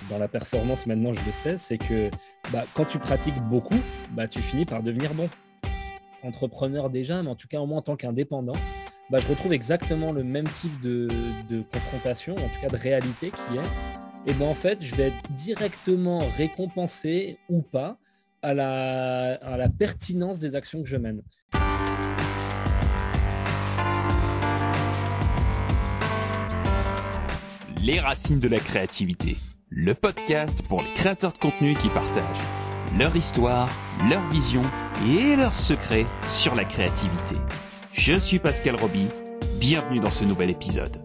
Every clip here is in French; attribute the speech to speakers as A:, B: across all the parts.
A: dans la performance, maintenant je le sais, c'est que quand tu pratiques beaucoup, tu finis par devenir bon. Entrepreneur déjà, mais en tout cas au moins en tant qu'indépendant, je retrouve exactement le même type de confrontation, en tout cas de réalité qui est, en fait, je vais être directement récompensé ou pas à la pertinence des actions que je mène.
B: Les racines de la créativité, le podcast pour les créateurs de contenu qui partagent leur histoire, leur vision et leurs secrets sur la créativité. Je suis Pascal Roby, bienvenue dans ce nouvel épisode.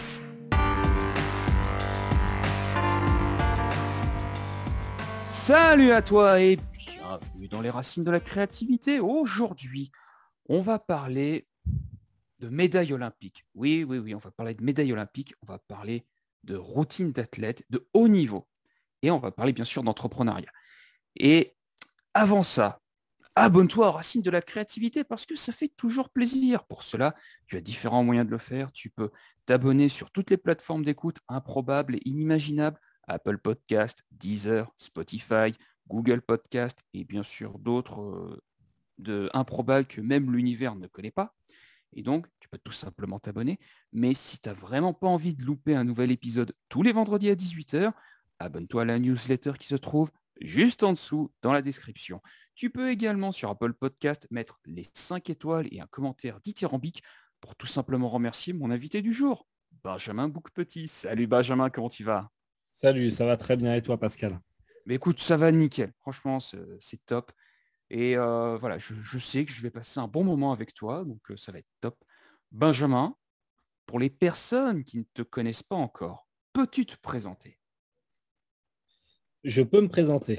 C: Salut à toi et bienvenue dans les racines de la créativité. Aujourd'hui, on va parler de médailles olympiques. Oui, on va parler de médailles olympiques, on va parler de routine d'athlète de haut niveau et on va parler bien sûr d'entrepreneuriat. Et avant ça, abonne-toi aux racines de la créativité parce que ça fait toujours plaisir. Pour cela, tu as différents moyens de le faire. Tu peux t'abonner sur toutes les plateformes d'écoute improbables et inimaginables, Apple Podcast, Deezer, Spotify, Google Podcast et bien sûr d'autres improbables que même l'univers ne connaît pas. Et donc, tu peux tout simplement t'abonner. Mais si tu n'as vraiment pas envie de louper un nouvel épisode tous les vendredis à 18h, abonne-toi à la newsletter qui se trouve juste en dessous dans la description. Tu peux également sur Apple Podcast mettre les 5 étoiles et un commentaire dithyrambique pour tout simplement remercier mon invité du jour, Benjamin Bouquepetit. Salut Benjamin, comment tu vas?
A: Salut, ça va très bien et toi Pascal?
C: Mais écoute, ça va nickel. Franchement, c'est top. Et voilà, je sais que je vais passer un bon moment avec toi, donc ça va être top. Benjamin, pour les personnes qui ne te connaissent pas encore, peux-tu te présenter?
A: Je peux me présenter.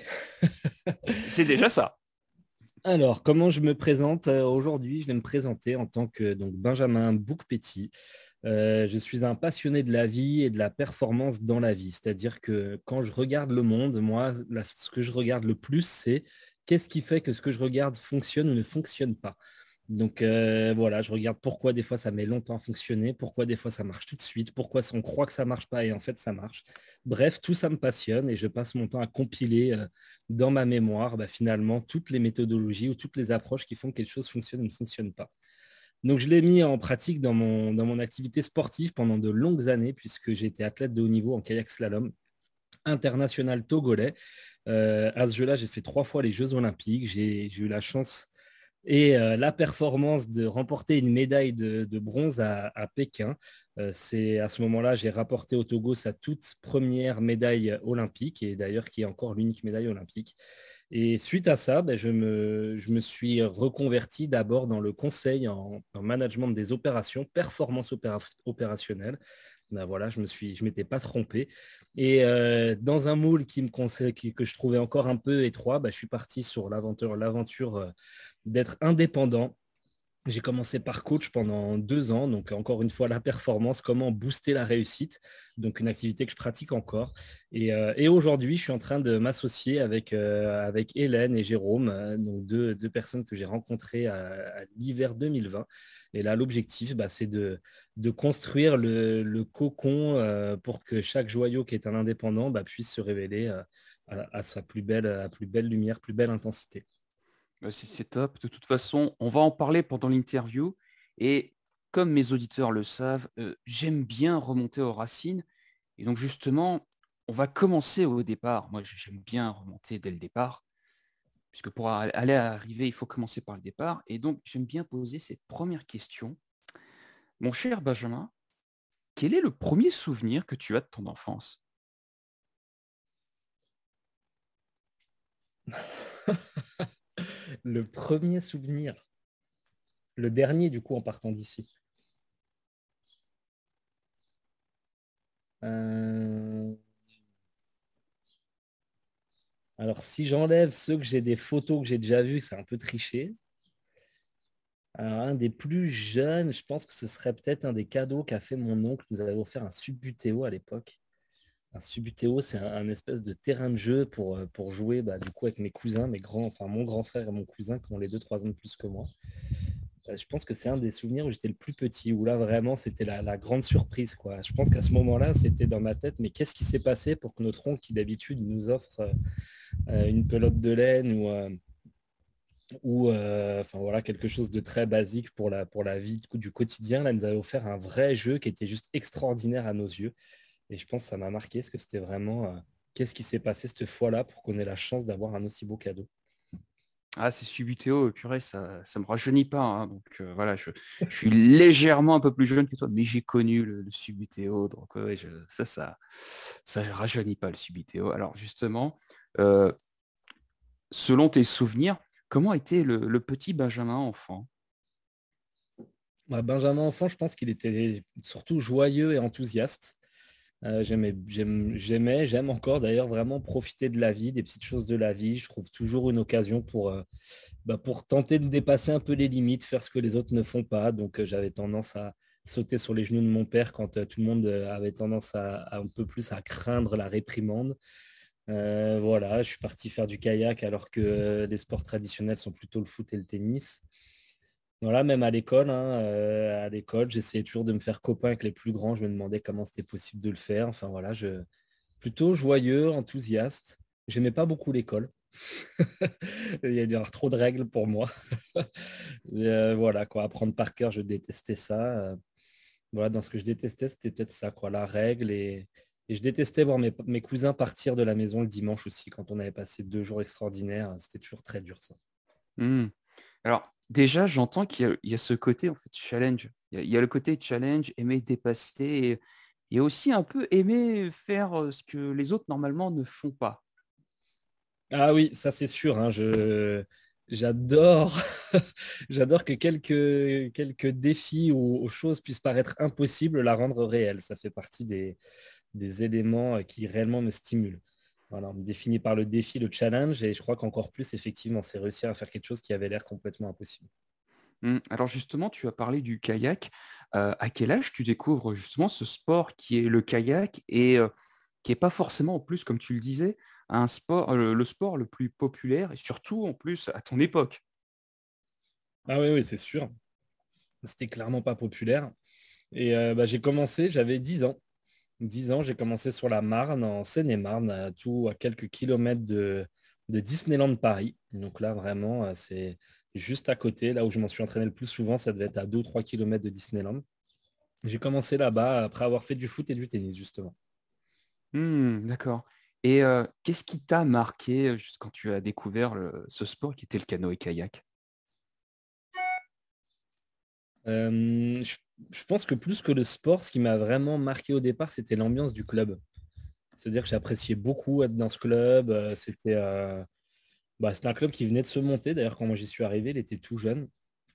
C: C'est déjà ça.
A: Alors, comment je me présente aujourd'hui? Je vais me présenter en tant que Benjamin Bouquepetit. Je suis un passionné de la vie et de la performance dans la vie. C'est-à-dire que quand je regarde le monde, moi, ce que je regarde le plus, c'est qu'est-ce qui fait que ce que je regarde fonctionne ou ne fonctionne pas. Donc voilà, je regarde pourquoi des fois ça met longtemps à fonctionner, pourquoi des fois ça marche tout de suite, pourquoi on croit que ça marche pas et en fait ça marche. Bref, tout ça me passionne et je passe mon temps à compiler dans ma mémoire finalement toutes les méthodologies ou toutes les approches qui font que quelque chose fonctionne ou ne fonctionne pas. Donc je l'ai mis en pratique dans mon activité sportive pendant de longues années puisque j'ai été athlète de haut niveau en kayak slalom international togolais. À ce jeu-là, j'ai fait 3 fois les Jeux Olympiques. J'ai eu la chance et la performance de remporter une médaille de bronze à Pékin. C'est à ce moment-là, j'ai rapporté au Togo sa toute première médaille olympique et d'ailleurs qui est encore l'unique médaille olympique. Et suite à ça, je me suis reconverti d'abord dans le conseil en management des opérations, performance opérationnelle. Voilà, je m'étais pas trompé. Et dans un moule qui me conseille, que je trouvais encore un peu étroit, je suis parti sur l'aventure d'être indépendant. J'ai commencé par coach pendant 2 ans, donc encore une fois la performance, comment booster la réussite, donc une activité que je pratique encore. Et aujourd'hui, je suis en train de m'associer avec Hélène et Jérôme, donc deux personnes que j'ai rencontrées à l'hiver 2020. Et là, l'objectif, c'est de construire le cocon pour que chaque joyau qui est un indépendant puisse se révéler à sa plus belle lumière, plus belle intensité.
C: C'est top. De toute façon, on va en parler pendant l'interview. Et comme mes auditeurs le savent, j'aime bien remonter aux racines. Et donc justement, on va commencer au départ. Moi, j'aime bien remonter dès le départ, puisque pour aller arriver, il faut commencer par le départ. Et donc, j'aime bien poser cette première question. Mon cher Benjamin, quel est le premier souvenir que tu as de ton enfance?
A: Le premier souvenir, le dernier du coup en partant d'ici. Euh, Alors si j'enlève ceux que j'ai des photos que j'ai déjà vues, c'est un peu triché. Alors, un des plus jeunes, je pense que ce serait peut-être un des cadeaux qu'a fait mon oncle. Il nous avait offert un Subbuteo à l'époque. Un Subbuteo, c'est un espèce de terrain de jeu pour jouer du coup avec mes cousins, mes grands, enfin mon grand frère et mon cousin qui ont les 2-3 ans de plus que moi. Je pense que c'est un des souvenirs où j'étais le plus petit, où là vraiment c'était la grande surprise, quoi. Je pense qu'à ce moment-là, c'était dans ma tête, mais qu'est-ce qui s'est passé pour que notre oncle, qui d'habitude nous offre une pelote de laine ou enfin voilà, quelque chose de très basique pour la vie du quotidien, là, nous avait offert un vrai jeu qui était juste extraordinaire à nos yeux. Et je pense que ça m'a marqué, parce que c'était vraiment qu'est-ce qui s'est passé cette fois-là pour qu'on ait la chance d'avoir un aussi beau cadeau.
C: Ah, c'est Subutéo, purée, ça me rajeunit pas, hein. Donc voilà, je suis légèrement un peu plus jeune que toi, mais j'ai connu le Subutéo. Donc ouais, ça rajeunit pas le Subutéo. Alors justement, euh, selon tes souvenirs, comment était le petit Benjamin enfant?
A: Bah, Benjamin enfant, je pense qu'il était surtout joyeux et enthousiaste. J'aime encore d'ailleurs vraiment profiter de la vie, des petites choses de la vie. Je trouve toujours une occasion pour tenter de dépasser un peu les limites, faire ce que les autres ne font pas. Donc j'avais tendance à sauter sur les genoux de mon père quand tout le monde avait tendance à un peu plus à craindre la réprimande. Voilà, je suis parti faire du kayak alors que les sports traditionnels sont plutôt le foot et le tennis. Voilà, même à l'école, hein, à l'école, j'essayais toujours de me faire copain avec les plus grands. Je me demandais comment c'était possible de le faire. Enfin voilà, plutôt joyeux, enthousiaste. J'aimais pas beaucoup l'école. Il y a trop de règles pour moi. Voilà quoi, apprendre par cœur, je détestais ça. Voilà, dans ce que je détestais, c'était peut-être ça, quoi, la règle. Et je détestais voir mes cousins partir de la maison le dimanche aussi, quand on avait passé 2 jours extraordinaires. C'était toujours très dur, ça.
C: Hmm. Alors, déjà, j'entends qu'il y a ce côté, en fait, challenge. Il y a le côté challenge, aimer dépasser, et aussi un peu aimer faire ce que les autres, normalement, ne font pas.
A: Ah oui, ça c'est sûr, hein, j'adore j'adore que quelques défis ou choses puissent paraître impossibles, la rendre réelle. Ça fait partie des éléments qui réellement me stimulent. Voilà, on me définit par le défi, le challenge, et je crois qu'encore plus, effectivement, c'est réussir à faire quelque chose qui avait l'air complètement impossible.
C: Alors, justement, tu as parlé du kayak. À quel âge tu découvres justement ce sport qui est le kayak et qui n'est pas forcément, en plus, comme tu le disais, un sport, le sport le plus populaire et surtout, en plus, à ton époque?
A: Ah oui, oui, c'est sûr. C'était clairement pas populaire. Et j'ai commencé, j'avais 10 ans. 10 ans, j'ai commencé sur la Marne, en Seine-et-Marne, à quelques kilomètres de Disneyland Paris. Donc là, vraiment, c'est juste à côté. Là où je m'en suis entraîné le plus souvent, ça devait être à 2 ou 3 kilomètres de Disneyland. J'ai commencé là-bas après avoir fait du foot et du tennis, justement.
C: D'accord. Et qu'est-ce qui t'a marqué juste quand tu as découvert ce sport qui était le canoë-kayak?
A: Je, je pense que plus que le sport, ce qui m'a vraiment marqué au départ, c'était l'ambiance du club. C'est-à-dire que j'appréciais beaucoup être dans ce club. C'était un club qui venait de se monter. D'ailleurs, quand moi j'y suis arrivé, il était tout jeune.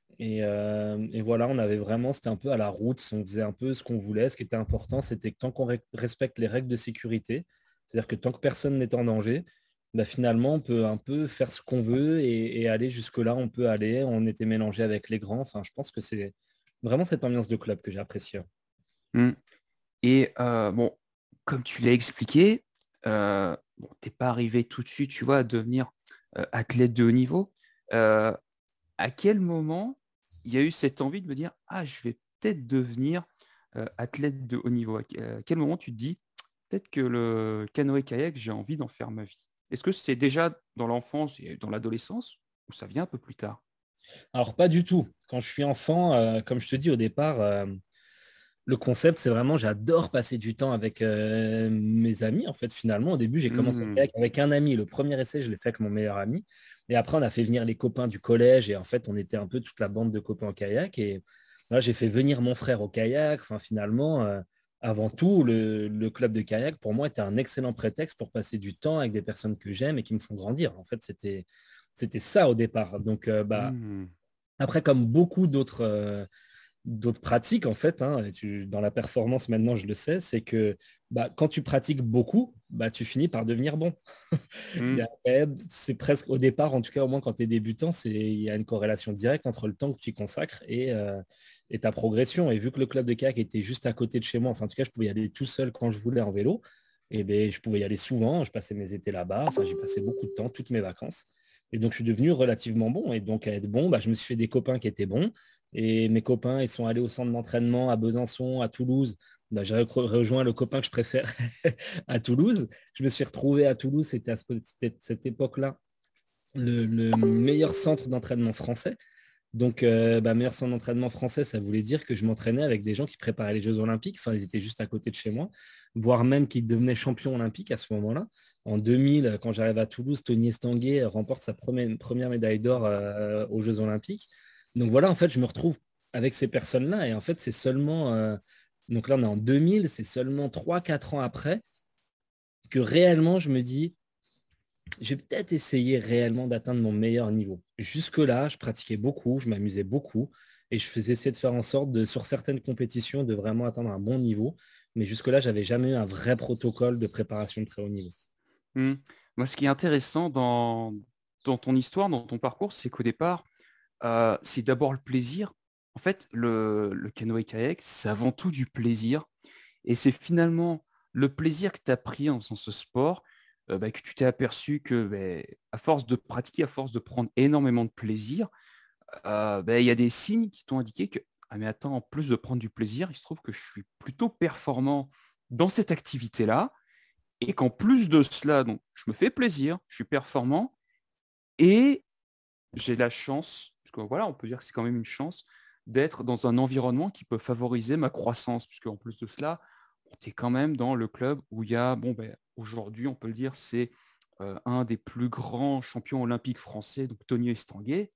A: Et voilà, on avait vraiment, c'était un peu à la route, on faisait un peu ce qu'on voulait. Ce qui était important, c'était que tant qu'on respecte les règles de sécurité, c'est-à-dire que tant que personne n'est en danger, finalement, on peut un peu faire ce qu'on veut et aller jusque-là, on peut aller. On était mélangé avec les grands. Enfin, je pense que c'est vraiment cette ambiance de club que j'ai appréciée.
C: Hmm. Et bon, comme tu l'as expliqué, bon, t'es pas arrivé tout de suite, tu vois, à devenir athlète de haut niveau. Euh, à quel moment il y a eu cette envie de me dire, ah, je vais peut-être devenir athlète de haut niveau? À quel moment tu te dis, peut-être que le canoë-kayak, j'ai envie d'en faire ma vie? Est-ce que c'est déjà dans l'enfance et dans l'adolescence ou ça vient un peu plus tard?
A: Alors, pas du tout. Quand je suis enfant, comme je te dis au départ, le concept, c'est vraiment, j'adore passer du temps avec mes amis. En fait, finalement, au début, j'ai commencé le
C: Hmm.
A: kayak avec un ami. Le premier essai, je l'ai fait avec mon meilleur ami. Et après, on a fait venir les copains du collège. Et en fait, on était un peu toute la bande de copains au kayak. Et là, j'ai fait venir mon frère au kayak. Enfin, finalement, avant tout, le club de kayak, pour moi, était un excellent prétexte pour passer du temps avec des personnes que j'aime et qui me font grandir. En fait, c'était ça au départ. Donc,
C: Hmm.
A: après, comme beaucoup d'autres pratiques, en fait, hein, dans la performance, maintenant, je le sais, c'est que quand tu pratiques beaucoup, tu finis par devenir bon.
C: Hmm.
A: C'est presque au départ, en tout cas, au moins quand tu es débutant, il y a une corrélation directe entre le temps que tu y consacres et ta progression. Et vu que le club de kayak était juste à côté de chez moi, enfin, en tout cas, je pouvais y aller tout seul quand je voulais en vélo, et ben, je pouvais y aller souvent. Je passais mes étés là-bas. Enfin, j'y passais beaucoup de temps, toutes mes vacances. Et donc, je suis devenu relativement bon. Et donc, à être bon, je me suis fait des copains qui étaient bons. Et mes copains, ils sont allés au centre d'entraînement à Besançon, à Toulouse. Bah, j'ai rejoint le copain que je préfère à Toulouse. Je me suis retrouvé à Toulouse, c'était cette époque-là le meilleur centre d'entraînement français. Donc, meilleur centre d'entraînement français, ça voulait dire que je m'entraînais avec des gens qui préparaient les Jeux Olympiques. Enfin, ils étaient juste à côté de chez moi, voire même qu'ils devenaient champions olympiques à ce moment-là. En 2000, quand j'arrive à Toulouse, Tony Estanguet remporte sa première médaille d'or aux Jeux Olympiques. Donc voilà, en fait, je me retrouve avec ces personnes-là. Et en fait, c'est seulement... donc là, on est en 2000, c'est seulement 3-4 ans après que réellement, je me dis, j'ai peut-être essayé réellement d'atteindre mon meilleur niveau. Jusque-là, je pratiquais beaucoup, je m'amusais beaucoup et je faisais essayer de faire en sorte sur certaines compétitions de vraiment atteindre un bon niveau. Mais jusque-là, j'avais jamais eu un vrai protocole de préparation de très haut niveau.
C: Hmm. Moi, ce qui est intéressant dans ton histoire, dans ton parcours, c'est qu'au départ, c'est d'abord le plaisir. En fait, le canoë-kayak, c'est avant tout du plaisir. Et c'est finalement le plaisir que tu as pris en faisant ce sport, que tu t'es aperçu que à force de pratiquer, à force de prendre énormément de plaisir, il y a des signes qui t'ont indiqué que, ah mais attends, en plus de prendre du plaisir, il se trouve que je suis plutôt performant dans cette activité-là, et qu'en plus de cela, donc, je me fais plaisir, je suis performant, et j'ai la chance, parce que voilà, on peut dire que c'est quand même une chance, d'être dans un environnement qui peut favoriser ma croissance, puisque en plus de cela, on est quand même dans le club où il y a, aujourd'hui, on peut le dire, c'est un des plus grands champions olympiques français, donc Tony Estanguet.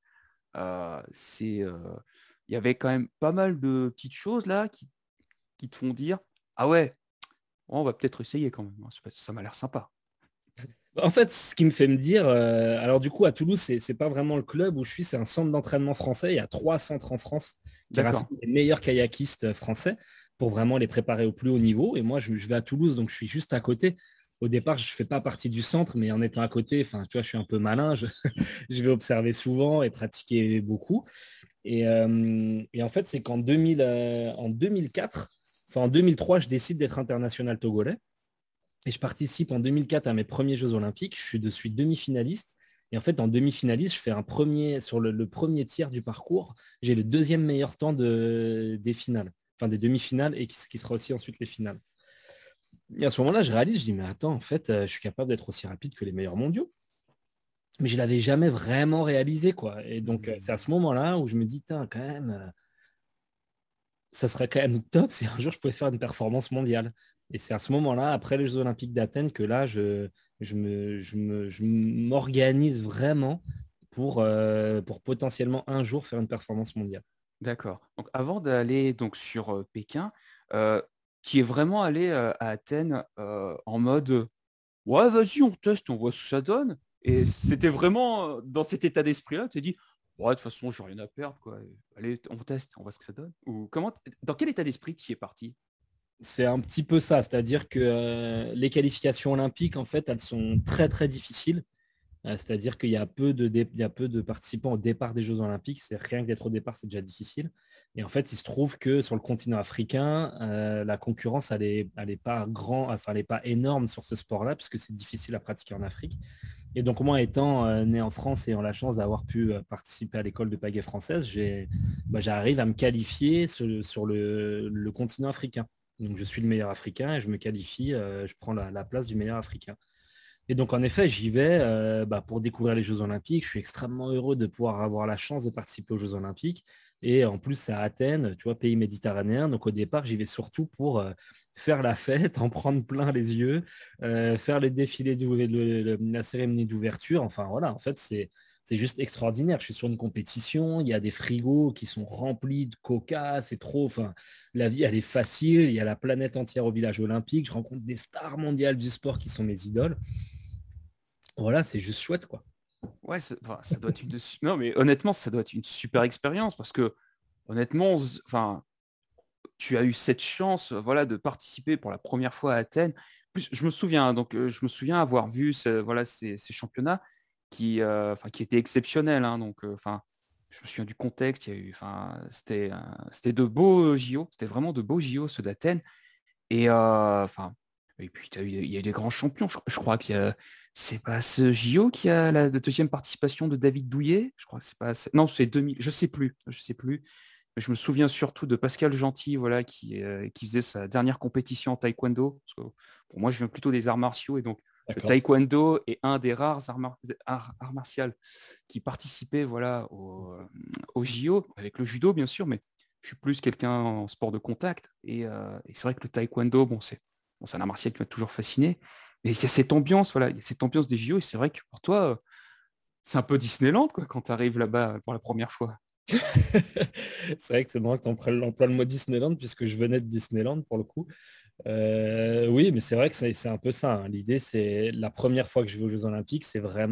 C: Il y avait quand même pas mal de petites choses là qui te font dire, ah ouais, on va peut-être essayer quand même, hein, ça m'a l'air sympa.
A: En fait, ce qui me fait me dire, alors du coup, à Toulouse, c'est pas vraiment le club où je suis, c'est un centre d'entraînement français. Il y a 3 centres en France qui
C: D'accord.
A: rassemblent les meilleurs kayakistes français pour vraiment les préparer au plus haut niveau. Et moi, je vais à Toulouse, donc je suis juste à côté. Au départ, je ne fais pas partie du centre, mais en étant à côté, enfin, tu vois, je suis un peu malin. Je vais observer souvent et pratiquer beaucoup. Et en fait, c'est en 2004, enfin en 2003, je décide d'être international togolais. Et je participe en 2004 à mes premiers Jeux Olympiques. Je suis demi-finaliste. Et en fait, en demi-finaliste, je fais un premier, sur le premier tiers du parcours, j'ai le deuxième meilleur temps des finales, enfin des demi-finales et qui sera aussi ensuite les finales. Et à ce moment-là, je réalise, je dis, mais attends, en fait, je suis capable d'être aussi rapide que les meilleurs mondiaux. Mais je ne l'avais jamais vraiment réalisé, quoi. Et donc, c'est à ce moment-là où je me dis, quand même, ça serait quand même top si un jour je pouvais faire une performance mondiale. Et c'est à ce moment-là, après les Jeux Olympiques d'Athènes, que là, je m'organise vraiment pour potentiellement un jour faire une performance mondiale.
C: D'accord. Donc avant d'aller donc sur Pékin, euh, qui est vraiment allé à Athènes en mode ouais, vas-y, on teste, on voit ce que ça donne. Et c'était vraiment dans cet état d'esprit-là, tu t'es dit ouais, de toute façon, j'ai rien à perdre, quoi. Allez, on teste, on voit ce que ça donne. Ou dans quel état d'esprit tu y es parti?
A: C'est un petit peu ça, c'est-à-dire que les qualifications olympiques, en fait, elles sont très, très difficiles. C'est-à-dire qu'il y a il y a peu de participants au départ des Jeux Olympiques. C'est rien que d'être au départ, c'est déjà difficile. Et en fait, il se trouve que sur le continent africain, la concurrence, elle est pas elle est pas énorme sur ce sport-là, puisque c'est difficile à pratiquer en Afrique. Et donc, moi, étant né en France et ayant la chance d'avoir pu participer à l'école de pagaie française, j'arrive à me qualifier sur le continent africain. Donc, je suis le meilleur africain et je me qualifie, je prends la place du meilleur africain. Et donc, en effet, j'y vais pour découvrir les Jeux Olympiques. Je suis extrêmement heureux de pouvoir avoir la chance de participer aux Jeux Olympiques. Et en plus, c'est à Athènes, tu vois, pays méditerranéen. Donc, au départ, j'y vais surtout pour faire la fête, en prendre plein les yeux, faire le défilé, la cérémonie d'ouverture. Enfin, voilà, en fait, c'est juste extraordinaire. Je suis sur une compétition, il y a des frigos qui sont remplis de coca, c'est trop. Enfin, la vie, elle est facile. Il y a la planète entière au village olympique. Je rencontre des stars mondiales du sport qui sont mes idoles. Voilà, c'est juste chouette, quoi.
C: Ouais, ça doit être non, mais honnêtement, ça doit être une super expérience parce que honnêtement, tu as eu cette chance, voilà, de participer pour la première fois à Athènes. Plus, je me souviens, je me souviens avoir vu voilà, ces championnats qui étaient exceptionnels, hein, je me souviens du contexte. Il y a eu, c'était de beaux JO, c'était vraiment de beaux JO ceux d'Athènes. Et et puis il y a eu des grands champions. Je crois qu'il y a, c'est pas ce JO qui a la deuxième participation de David Douillet. Je crois que c'est pas, non, c'est 2000, je sais plus. Je me souviens surtout de Pascal Gentil, voilà, qui faisait sa dernière compétition en taekwondo. Parce que, pour moi, je viens plutôt des arts martiaux et donc le
A: D'accord.
C: taekwondo est un des rares arts martiaux qui participait voilà, au JO, avec le judo bien sûr, mais je suis plus quelqu'un en sport de contact. Et c'est vrai que le taekwondo, c'est un art martial qui m'a toujours fasciné. Mais il y a cette ambiance, voilà, il y a cette ambiance des JO, et c'est vrai que pour toi, c'est un peu Disneyland quoi, quand tu arrives là-bas pour la première fois.
A: C'est vrai que c'est marrant que tu emploies le mot Disneyland puisque je venais de Disneyland pour le coup. Oui, mais c'est vrai que c'est un peu ça, hein. L'idée, c'est la première fois que je vais aux Jeux Olympiques,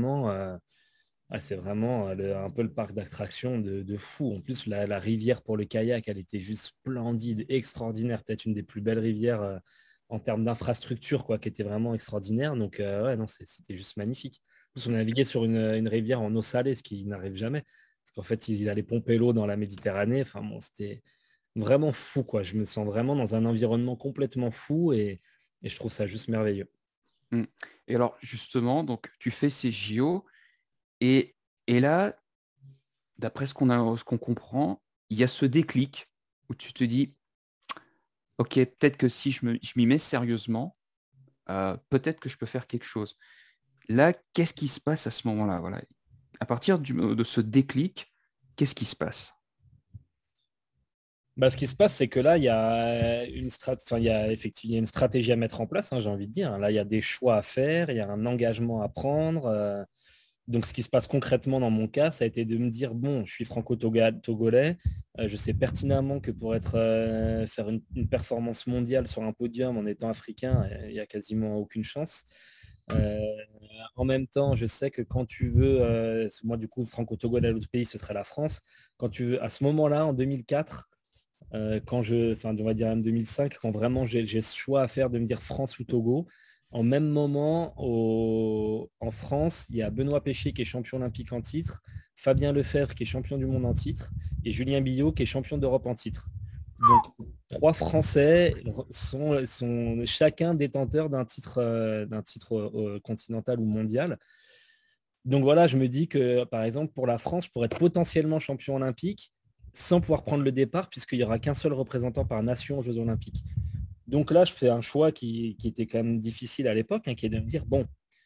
A: c'est vraiment un peu le parc d'attractions de fou. En plus, la rivière pour le kayak, elle était juste splendide, extraordinaire, peut-être une des plus belles rivières en termes d'infrastructure, quoi, qui était vraiment extraordinaire. Donc, ouais, non, c'était juste magnifique. En plus, on a navigué sur une rivière en eau salée, ce qui n'arrive jamais. Parce qu'en fait, ils allaient pomper l'eau dans la Méditerranée. Enfin, bon, c'était vraiment fou, quoi. Je me sens vraiment dans un environnement complètement fou et je trouve ça juste merveilleux.
C: Mm. Et alors, justement, donc tu fais ces JO, et, et là, d'après ce qu'on comprend, il y a ce déclic où tu te dis, OK, peut-être que si je m'y mets sérieusement, peut-être que je peux faire quelque chose. Là, qu'est-ce qui se passe à ce moment-là? Voilà. À partir de ce déclic, qu'est-ce qui se passe?
A: Bah, ce qui se passe, c'est que là, il y a enfin, il y a effectivement il y a une stratégie à mettre en place, hein, j'ai envie de dire. Là, il y a des choix à faire, il y a un engagement à prendre. Donc, ce qui se passe concrètement dans mon cas, ça a été de me dire, bon, je suis franco-togolais, je sais pertinemment que pour faire une performance mondiale sur un podium en étant africain, il n'y a quasiment aucune chance. Euh, En même temps, je sais que quand tu veux, moi du coup, franco-togolais, l'autre pays, ce serait la France. Quand tu veux, à ce moment-là, en 2004, enfin, on va dire en 2005, quand vraiment j'ai ce choix à faire de me dire France ou Togo, en même moment, en France, il y a Benoît Péché qui est champion olympique en titre, Fabien Lefebvre qui est champion du monde en titre, et Julien Billot qui est champion d'Europe en titre. Donc, trois Français sont chacun détenteurs d'un titre continental ou mondial. Donc voilà, je me dis que, par exemple, pour la France, je pourrais être potentiellement champion olympique sans pouvoir prendre le départ, puisqu'il n'y aura qu'un seul représentant par nation aux Jeux olympiques. Donc là, je fais un choix qui était quand même difficile à l'époque, hein, qui est de me dire, bon,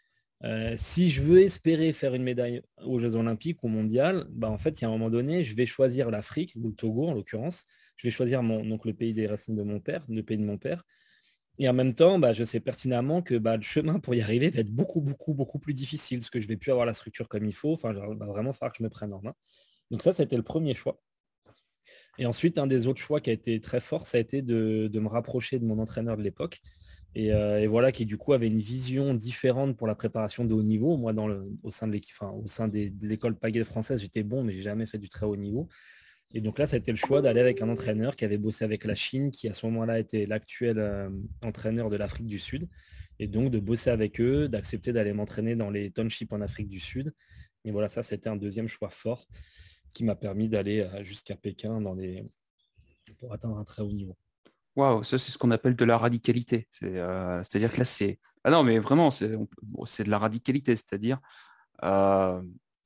A: si je veux espérer faire une médaille aux Jeux olympiques ou mondiales, bah, en fait, il y a un moment donné, je vais choisir l'Afrique, ou le Togo en l'occurrence. Je vais choisir donc, le pays des racines de mon père, le pays de mon père. Et en même temps, bah, je sais pertinemment que bah, le chemin pour y arriver va être beaucoup, beaucoup, beaucoup plus difficile, parce que je ne vais plus avoir la structure comme il faut. Enfin, il va vraiment falloir que je me prenne en main. Donc ça, c'était le premier choix. Et ensuite, un des autres choix qui a été très fort, ça a été de me rapprocher de mon entraîneur de l'époque. Et voilà, qui du coup avait une vision différente pour la préparation de haut niveau. Moi, au sein de l'équipe, enfin, au sein de l'école Pagaie française, j'étais bon, mais j'ai jamais fait du très haut niveau. Et donc là, ça a été le choix d'aller avec un entraîneur qui avait bossé avec la Chine, qui à ce moment-là était l'actuel entraîneur de l'Afrique du Sud. Et donc de bosser avec eux, d'accepter d'aller m'entraîner dans les townships en Afrique du Sud. Et voilà, ça, c'était un deuxième choix fort qui m'a permis d'aller jusqu'à Pékin pour atteindre un très haut niveau.
C: Waouh, ça c'est ce qu'on appelle de la radicalité. C'est-à-dire que là, c'est... Ah non, mais vraiment, c'est de la radicalité, c'est-à-dire euh,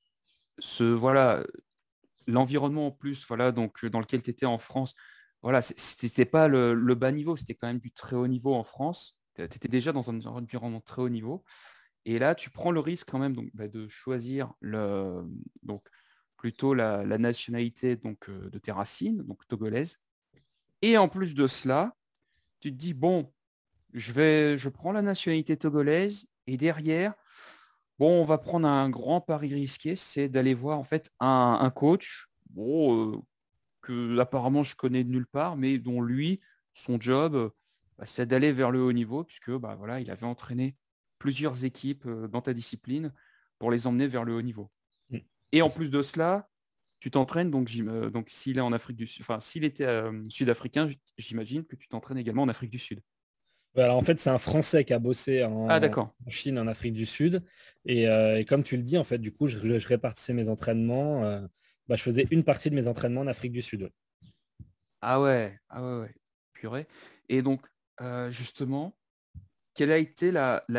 C: voilà, l'environnement en plus, voilà, donc dans lequel tu étais en France, voilà, c'était pas le bas niveau, c'était quand même du très haut niveau en France. Tu étais déjà dans un environnement très haut niveau. Et là, tu prends le risque quand même donc, de choisir donc, plutôt la nationalité donc, de tes racines, donc togolaise. Et en plus de cela, tu te dis, bon, je prends la nationalité togolaise et derrière, bon, on va prendre un grand pari risqué, c'est d'aller voir en fait un coach, bon, que apparemment je connais de nulle part, mais dont lui, son job, c'est d'aller vers le haut niveau, puisque bah, voilà, il avait entraîné plusieurs équipes dans ta discipline pour les emmener vers le haut niveau.
A: Mm.
C: Et en plus de cela, tu t'entraînes, donc s'il est en Afrique du Sud, enfin s'il était sud-africain, j'imagine que tu t'entraînes également en Afrique du Sud.
A: Alors, en fait, c'est un Français qui a bossé
C: Ah
A: en
C: d'accord.
A: Chine, en Afrique du Sud. Et comme tu le dis, en fait, du coup, je répartissais mes entraînements. Bah, je faisais une partie de mes entraînements en Afrique du Sud. Ouais.
C: Ah ouais, purée. Et donc, justement, quelle a été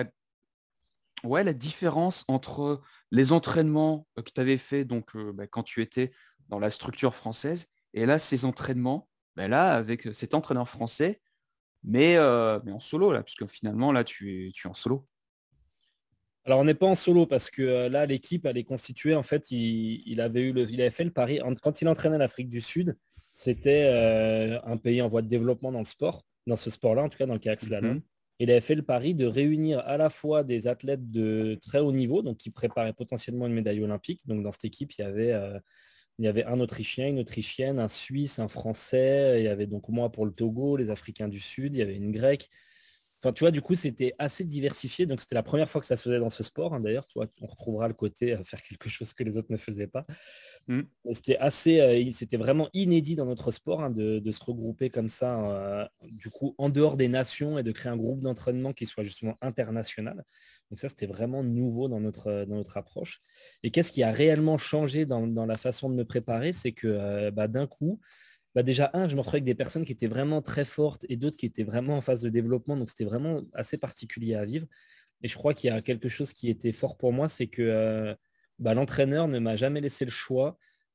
C: la différence entre les entraînements que tu avais fait donc, quand tu étais dans la structure française Et là, ces entraînements, là, avec cet entraîneur français, mais en solo, là, puisque finalement, là, tu es en solo.
A: Alors, on n'est pas en solo parce que là, l'équipe, elle est constituée. En fait, il avait fait le pari. Quand il entraînait l'Afrique du Sud, c'était un pays en voie de développement dans le sport, dans ce sport-là, en tout cas dans le kayak slalom.
C: Mhm.
A: Il avait fait le pari de réunir à la fois des athlètes de très haut niveau, donc qui préparaient potentiellement une médaille olympique. Donc, dans cette équipe, il y avait un Autrichien, une Autrichienne, un Suisse, un Français. Il y avait donc moi pour le Togo, les Africains du Sud, il y avait une Grecque. Enfin, tu vois, du coup, c'était assez diversifié. Donc, c'était la première fois que ça se faisait dans ce sport, hein, d'ailleurs. Tu vois, on retrouvera le côté faire quelque chose que les autres ne faisaient pas.
C: Mhm.
A: Et c'était vraiment inédit dans notre sport hein, de se regrouper comme ça, du coup, en dehors des nations et de créer un groupe d'entraînement qui soit justement international. Donc ça, c'était vraiment nouveau dans notre approche. Et qu'est-ce qui a réellement changé dans la façon de me préparer? C'est que d'un coup, déjà, je me retrouvais avec des personnes qui étaient vraiment très fortes et d'autres qui étaient vraiment en phase de développement. Donc, c'était vraiment assez particulier à vivre. Et je crois qu'il y a quelque chose qui était fort pour moi, c'est que l'entraîneur ne m'a jamais laissé le choix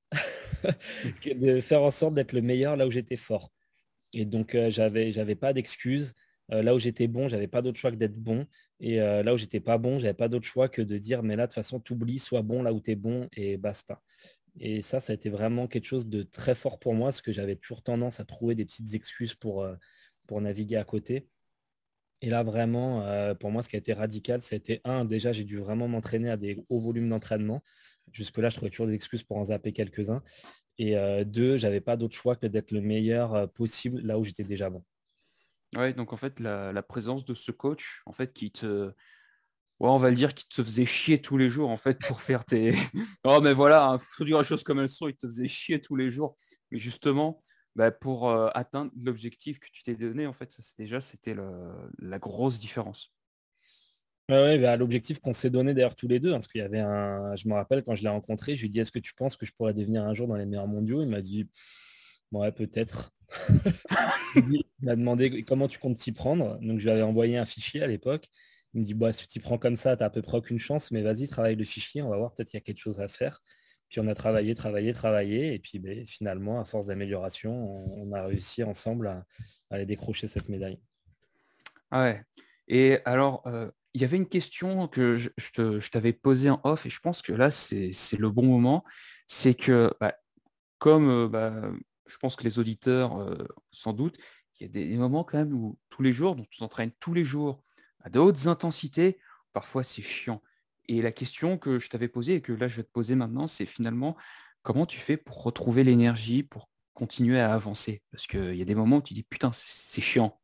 A: de faire en sorte d'être le meilleur là où j'étais fort. Et donc, j'avais pas d'excuses. Là où j'étais bon, j'avais pas d'autre choix que d'être bon. Et là où j'étais pas bon, j'avais pas d'autre choix que de dire, mais là, de toute façon, t'oublies, sois bon là où tu es bon et basta. Et ça a été vraiment quelque chose de très fort pour moi, parce que j'avais toujours tendance à trouver des petites excuses pour naviguer à côté. Et là, vraiment, pour moi, ce qui a été radical, c'était déjà, j'ai dû vraiment m'entraîner à des hauts volumes d'entraînement. Jusque-là, je trouvais toujours des excuses pour en zapper quelques-uns. Et deux, j'avais pas d'autre choix que d'être le meilleur possible là où j'étais déjà bon.
C: Ouais, donc en fait, la présence de ce coach, en fait, ouais, on va le dire, qui te faisait chier tous les jours, en fait, pour faire tes... Oh, mais voilà, faut dire les choses comme elles sont, il te faisait chier tous les jours. Mais justement, pour atteindre l'objectif que tu t'es donné, en fait, c'était la grosse différence.
A: Ouais, ouais, l'objectif qu'on s'est donné d'ailleurs tous les deux, hein, parce qu'il y avait je me rappelle quand je l'ai rencontré, je lui ai dit, est-ce que tu penses que je pourrais devenir un jour dans les meilleurs mondiaux? Il m'a dit, ouais, peut-être. Il m'a demandé comment tu comptes t'y prendre. Donc, je lui avais envoyé un fichier à l'époque. Il me dit, bah, si tu t'y prends comme ça, tu n'as à peu près aucune chance, mais vas-y, travaille le fichier, on va voir, peut-être qu'il y a quelque chose à faire. Puis on a travaillé, travaillé, travaillé. Et puis finalement, à force d'amélioration, on a réussi ensemble à aller décrocher cette médaille.
C: Ah ouais. Et alors, il y avait une question que je t'avais posée en off, et je pense que là, c'est le bon moment. C'est que, comme je pense que les auditeurs, sans doute, il y a des moments quand même où tous les jours, donc tu t'entraînes tous les jours à de hautes intensités, parfois c'est chiant. Et la question que je t'avais posée et que là je vais te poser maintenant, c'est finalement comment tu fais pour retrouver l'énergie, pour continuer à avancer? Parce qu'il y a des moments où tu dis putain, c'est chiant.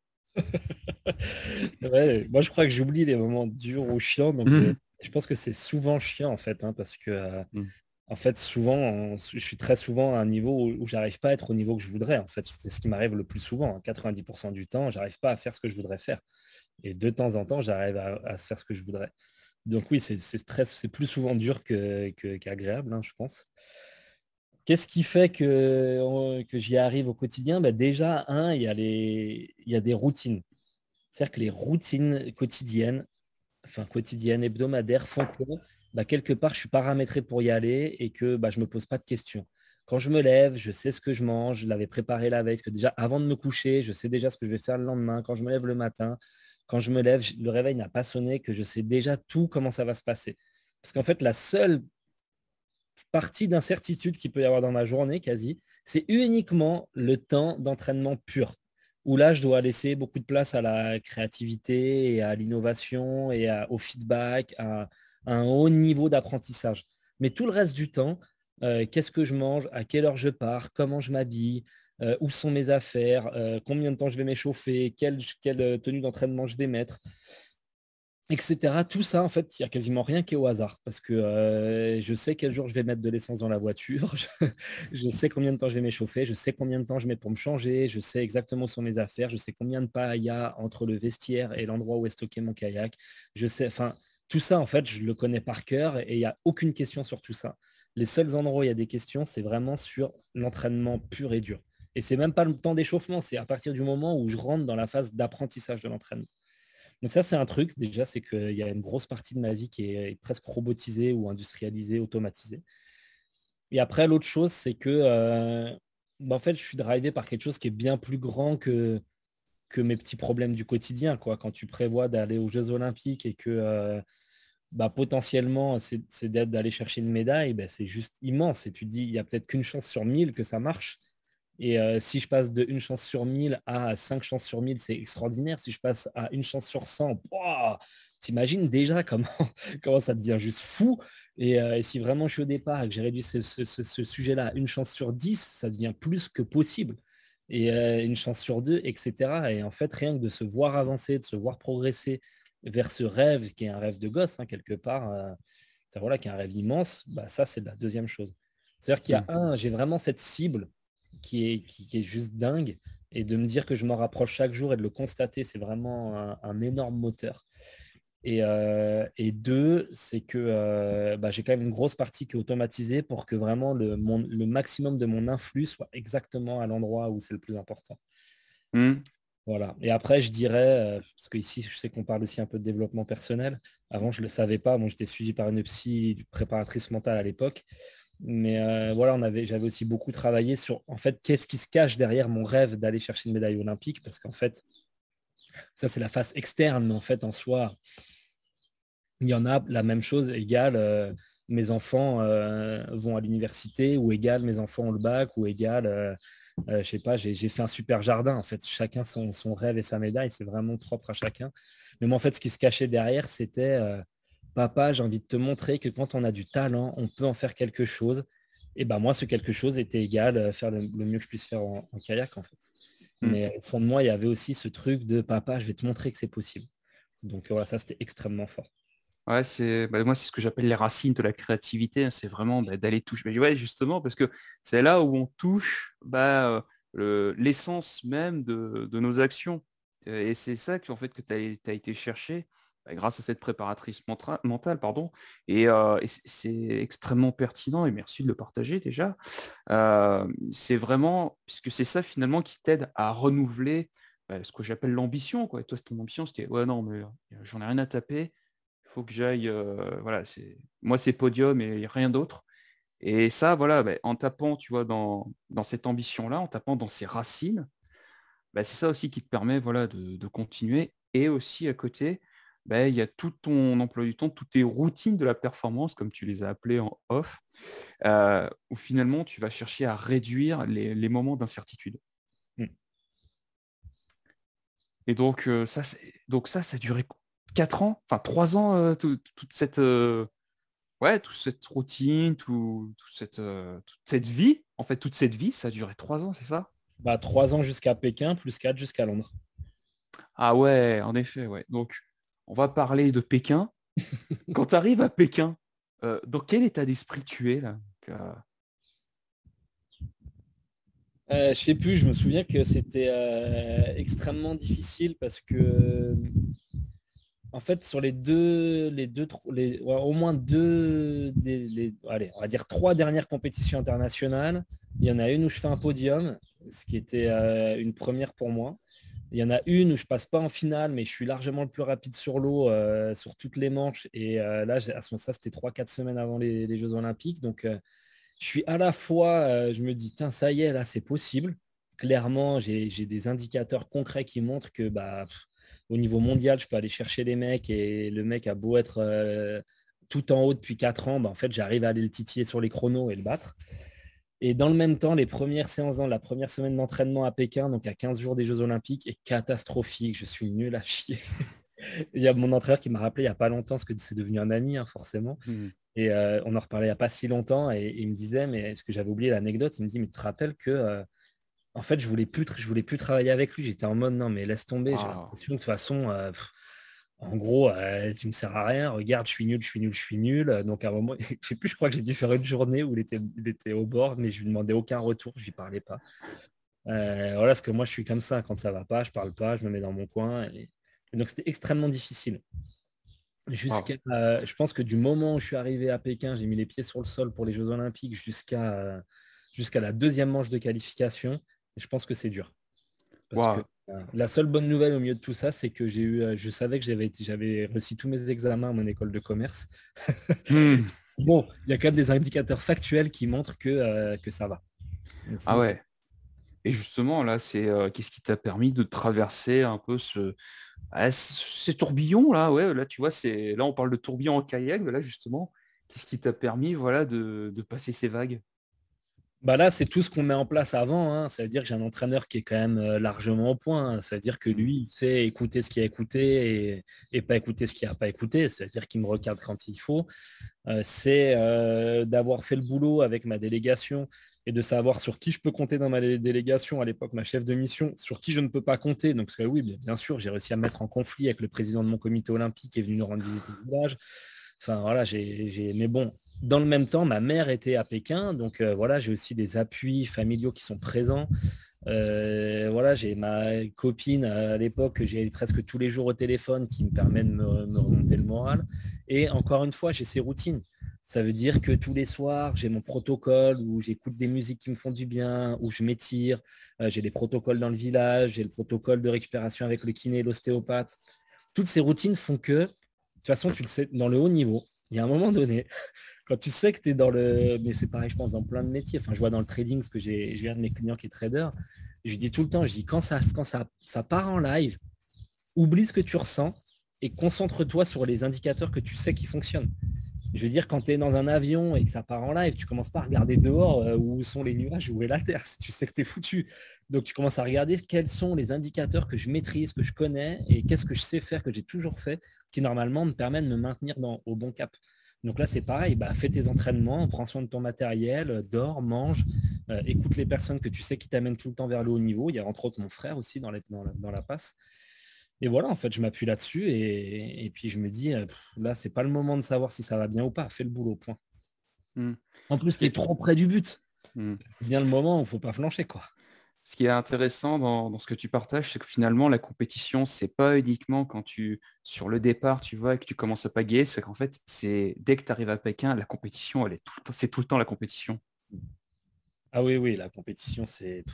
A: Ouais, moi, je crois que j'oublie les moments durs ou chiants. Donc,
C: Mhm.
A: je pense que c'est souvent chiant, en fait, hein, parce que
C: Mhm.
A: en fait, souvent, je suis très souvent à un niveau où j'arrive pas à être au niveau que je voudrais. En fait, c'est ce qui m'arrive le plus souvent, hein. 90% du temps, j'arrive pas à faire ce que je voudrais faire. Et de temps en temps, j'arrive à faire ce que je voudrais. Donc oui, c'est plus souvent dur qu'agréable, hein, je pense. Qu'est-ce qui fait que j'y arrive au quotidien? Déjà, il y a des routines. C'est-à-dire que les routines quotidiennes, hebdomadaires, font que quelque part, je suis paramétré pour y aller et que je ne me pose pas de questions. Quand je me lève, je sais ce que je mange, je l'avais préparé la veille, parce que déjà avant de me coucher, je sais déjà ce que je vais faire le lendemain. Quand je me lève le matin, quand je me lève, le réveil n'a pas sonné, que je sais déjà tout comment ça va se passer. Parce qu'en fait, la seule partie d'incertitude qu'il peut y avoir dans ma journée, quasi, c'est uniquement le temps d'entraînement pur. Où là, je dois laisser beaucoup de place à la créativité et à l'innovation et au feedback, à un haut niveau d'apprentissage. Mais tout le reste du temps, qu'est-ce que je mange, à quelle heure je pars, comment je m'habille, où sont mes affaires, combien de temps je vais m'échauffer, quelle tenue d'entraînement je vais mettre, etc. Tout ça, en fait, il n'y a quasiment rien qui est au hasard parce que je sais quel jour je vais mettre de l'essence dans la voiture, je sais combien de temps je vais m'échauffer, je sais combien de temps je mets pour me changer, je sais exactement où sont mes affaires, je sais combien de pas il y a entre le vestiaire et l'endroit où est stocké mon kayak. Je sais, enfin, tout ça, en fait, je le connais par cœur et il n'y a aucune question sur tout ça. Les seuls endroits où il y a des questions, c'est vraiment sur l'entraînement pur et dur. Et c'est même pas le temps d'échauffement, c'est à partir du moment où je rentre dans la phase d'apprentissage de l'entraînement. Donc ça, c'est un truc, déjà, c'est qu'il y a une grosse partie de ma vie qui est presque robotisée ou industrialisée, automatisée. Et après, l'autre chose, c'est que en fait, je suis drivé par quelque chose qui est bien plus grand que mes petits problèmes du quotidien, quoi. Quand tu prévois d'aller aux Jeux Olympiques et que potentiellement, c'est d'aller chercher une médaille, c'est juste immense. Et tu te dis, il y a peut-être qu'une chance sur 1000 que ça marche. Et si je passe de une chance sur 1000 à 5 chances sur 1000, c'est extraordinaire. Si je passe à une chance sur 100, wow, t'imagines déjà comment, comment ça devient juste fou. Et si vraiment je suis au départ et que j'ai réduit ce sujet-là à une chance sur 10, ça devient plus que possible. Et une chance sur 2, etc. Et en fait, rien que de se voir avancer, de se voir progresser vers ce rêve qui est un rêve de gosse, hein, quelque part, voilà, qui est un rêve immense, ça, c'est la deuxième chose. C'est-à-dire qu'il y a j'ai vraiment cette cible qui est juste dingue. Et de me dire que je m'en rapproche chaque jour et de le constater, c'est vraiment un énorme moteur. Et deux, c'est que j'ai quand même une grosse partie qui est automatisée pour que vraiment le maximum de mon influx soit exactement à l'endroit où c'est le plus important. Voilà. Et après, je dirais, parce qu'ici, je sais qu'on parle aussi un peu de développement personnel. Avant, je ne le savais pas. Moi, j'étais suivi par une psy préparatrice mentale à l'époque. Mais voilà, j'avais aussi beaucoup travaillé sur, en fait, qu'est-ce qui se cache derrière mon rêve d'aller chercher une médaille olympique. Parce qu'en fait, ça, c'est la face externe. Mais en fait, en soi, il y en a la même chose égale mes enfants vont à l'université ou égale mes enfants ont le bac ou égale je sais pas, j'ai fait un super jardin. En fait, chacun son rêve et sa médaille, c'est vraiment propre à chacun. Mais moi, en fait, ce qui se cachait derrière, c'était papa, j'ai envie de te montrer que quand on a du talent, on peut en faire quelque chose. Et moi, ce quelque chose était égal faire le mieux que je puisse faire en kayak, en fait. Mais au fond de moi, il y avait aussi ce truc de papa, je vais te montrer que c'est possible. Donc voilà, ça, c'était extrêmement fort.
C: Ouais, moi, c'est ce que j'appelle les racines de la créativité, hein. C'est vraiment d'aller toucher. Mais ouais, justement, parce que c'est là où on touche l'essence même de nos actions. Et c'est ça en fait, que tu as été chercher grâce à cette préparatrice mentale. Pardon. Et c'est extrêmement pertinent, et merci de le partager déjà. C'est vraiment, puisque c'est ça finalement qui t'aide à renouveler ce que j'appelle l'ambition, quoi. Et toi, ton ambition, c'était, ouais, non, mais j'en ai rien à taper. Il faut que j'aille, voilà, moi c'est podium et rien d'autre. Et ça, voilà, en tapant, tu vois, dans cette ambition-là, en tapant dans ces racines, c'est ça aussi qui te permet, voilà, de continuer. Et aussi à côté, il y a tout ton emploi du temps, toutes tes routines de la performance, comme tu les as appelées en off, où finalement tu vas chercher à réduire les moments d'incertitude.
A: Mm.
C: Et donc ça a duré 4 ans, enfin 3 ans, toute cette routine, toute cette vie, en fait, toute cette vie, ça a duré 3 ans, c'est ça?
A: 3 ans jusqu'à Pékin, plus 4 jusqu'à Londres.
C: Ah ouais, en effet, ouais. Donc, on va parler de Pékin. Quand tu arrives à Pékin, dans quel état d'esprit tu es là?
A: Je sais plus, je me souviens que c'était extrêmement difficile parce que en fait sur au moins allez, on va dire 3 dernières compétitions internationales, il y en a une où je fais un podium, ce qui était une première pour moi. Il y en a une où je passe pas en finale, mais je suis largement le plus rapide sur l'eau sur toutes les manches. Et là, à ce moment-là, c'était 3-4 semaines avant les Jeux Olympiques. Donc, je suis à la fois, je me dis, tiens, ça y est, là, c'est possible. Clairement, j'ai des indicateurs concrets qui montrent que au niveau mondial, je peux aller chercher les mecs et le mec a beau être tout en haut depuis 4 ans, en fait, j'arrive à aller le titiller sur les chronos et le battre. Et dans le même temps, les premières séances, la première semaine d'entraînement à Pékin, donc à 15 jours des Jeux Olympiques, est catastrophique. Je suis nul à chier. Il y a mon entraîneur qui m'a rappelé il n'y a pas longtemps, parce que c'est devenu un ami, hein, forcément. Et on en reparlait il n'y a pas si longtemps. Et il me disait, mais est-ce que j'avais oublié l'anecdote? Il me dit, mais tu te rappelles que en fait, je voulais plus travailler avec lui. J'étais en mode, non, mais laisse tomber. J'ai l'impression que de toute façon, en gros, tu me sers à rien. Regarde, je suis nul. Donc à un moment, je sais plus, je crois que j'ai dû faire une journée où il était au bord, mais je lui demandais aucun retour, je lui parlais pas. Voilà, parce que moi, je suis comme ça. Quand ça va pas, je parle pas, je me mets dans mon coin. Et donc c'était extrêmement difficile. Je pense que du moment où je suis arrivé à Pékin, j'ai mis les pieds sur le sol pour les Jeux Olympiques jusqu'à la deuxième manche de qualification. Et je pense que c'est dur. Parce que la seule bonne nouvelle au milieu de tout ça, c'est que je savais que j'avais réussi tous mes examens à mon école de commerce. Bon, il y a quand même des indicateurs factuels qui montrent que ça va.
C: Ah ouais. Et justement, là, c'est qu'est-ce qui t'a permis de traverser un peu ces tourbillons là? Ouais, là, tu vois, là, on parle de tourbillon en kayak, mais là, justement, qu'est-ce qui t'a permis, voilà, de passer ces vagues?
A: Bah là, c'est tout ce qu'on met en place avant, hein. Ça veut dire que j'ai un entraîneur qui est quand même largement au point, hein. Ça veut dire que
C: Mm.
A: lui, il sait écouter ce qu'il a écouté et pas écouter ce qu'il n'a pas écouté. C'est-à-dire qu'il me regarde quand il faut. C'est d'avoir fait le boulot avec ma délégation et de savoir sur qui je peux compter dans ma délégation. À l'époque, ma chef de mission, sur qui je ne peux pas compter. Donc, parce que oui, bien sûr, j'ai réussi à me mettre en conflit avec le président de mon comité olympique qui est venu nous rendre visite au village. Enfin, voilà, mais bon, dans le même temps, ma mère était à Pékin. Donc, voilà, j'ai aussi des appuis familiaux qui sont présents. Voilà, j'ai ma copine à l'époque que j'ai presque tous les jours au téléphone qui me permet de me remonter le moral. Et encore une fois, j'ai ces routines. Ça veut dire que tous les soirs, j'ai mon protocole où j'écoute des musiques qui me font du bien, où je m'étire. J'ai des protocoles dans le village, j'ai le protocole de récupération avec le kiné et l'ostéopathe. Toutes ces routines font que, de toute façon, tu le sais, dans le haut niveau, il y a un moment donné, quand tu sais que tu es dans le... Mais c'est pareil, je pense, dans plein de métiers. Enfin, je vois dans le trading, parce que j'ai un de mes clients qui est trader. Je lui dis tout le temps, je dis, quand ça part en live, oublie ce que tu ressens et concentre-toi sur les indicateurs que tu sais qui fonctionnent. Je veux dire, quand tu es dans un avion et que ça part en live, tu commences pas à regarder dehors où sont les nuages, où est la Terre. Tu sais que tu es foutu. Donc, tu commences à regarder quels sont les indicateurs que je maîtrise, que je connais et qu'est-ce que je sais faire, que j'ai toujours fait, qui normalement me permet de me maintenir au bon cap. Donc là, c'est pareil. Bah, fais tes entraînements, prends soin de ton matériel, dors, mange, écoute les personnes que tu sais qui t'amènent tout le temps vers le haut niveau. Il y a entre autres mon frère aussi dans la passe. Et voilà, en fait, je m'appuie là-dessus et puis je me dis, là, c'est pas le moment de savoir si ça va bien ou pas. Fais le boulot, point.
C: Mm.
A: En plus,
C: Ce
A: tu
C: qui
A: es
C: est,
A: trop près du but.
C: mm.
A: C'est bien le moment où il ne faut pas flancher, quoi.
C: Ce qui est intéressant dans ce que tu partages, c'est que finalement, la compétition, c'est pas uniquement quand sur le départ, tu vois, et que tu commences à pagayer, c'est qu'en fait, c'est dès que tu arrives à Pékin, la compétition, c'est tout le temps la compétition.
A: Ah oui, oui, la compétition,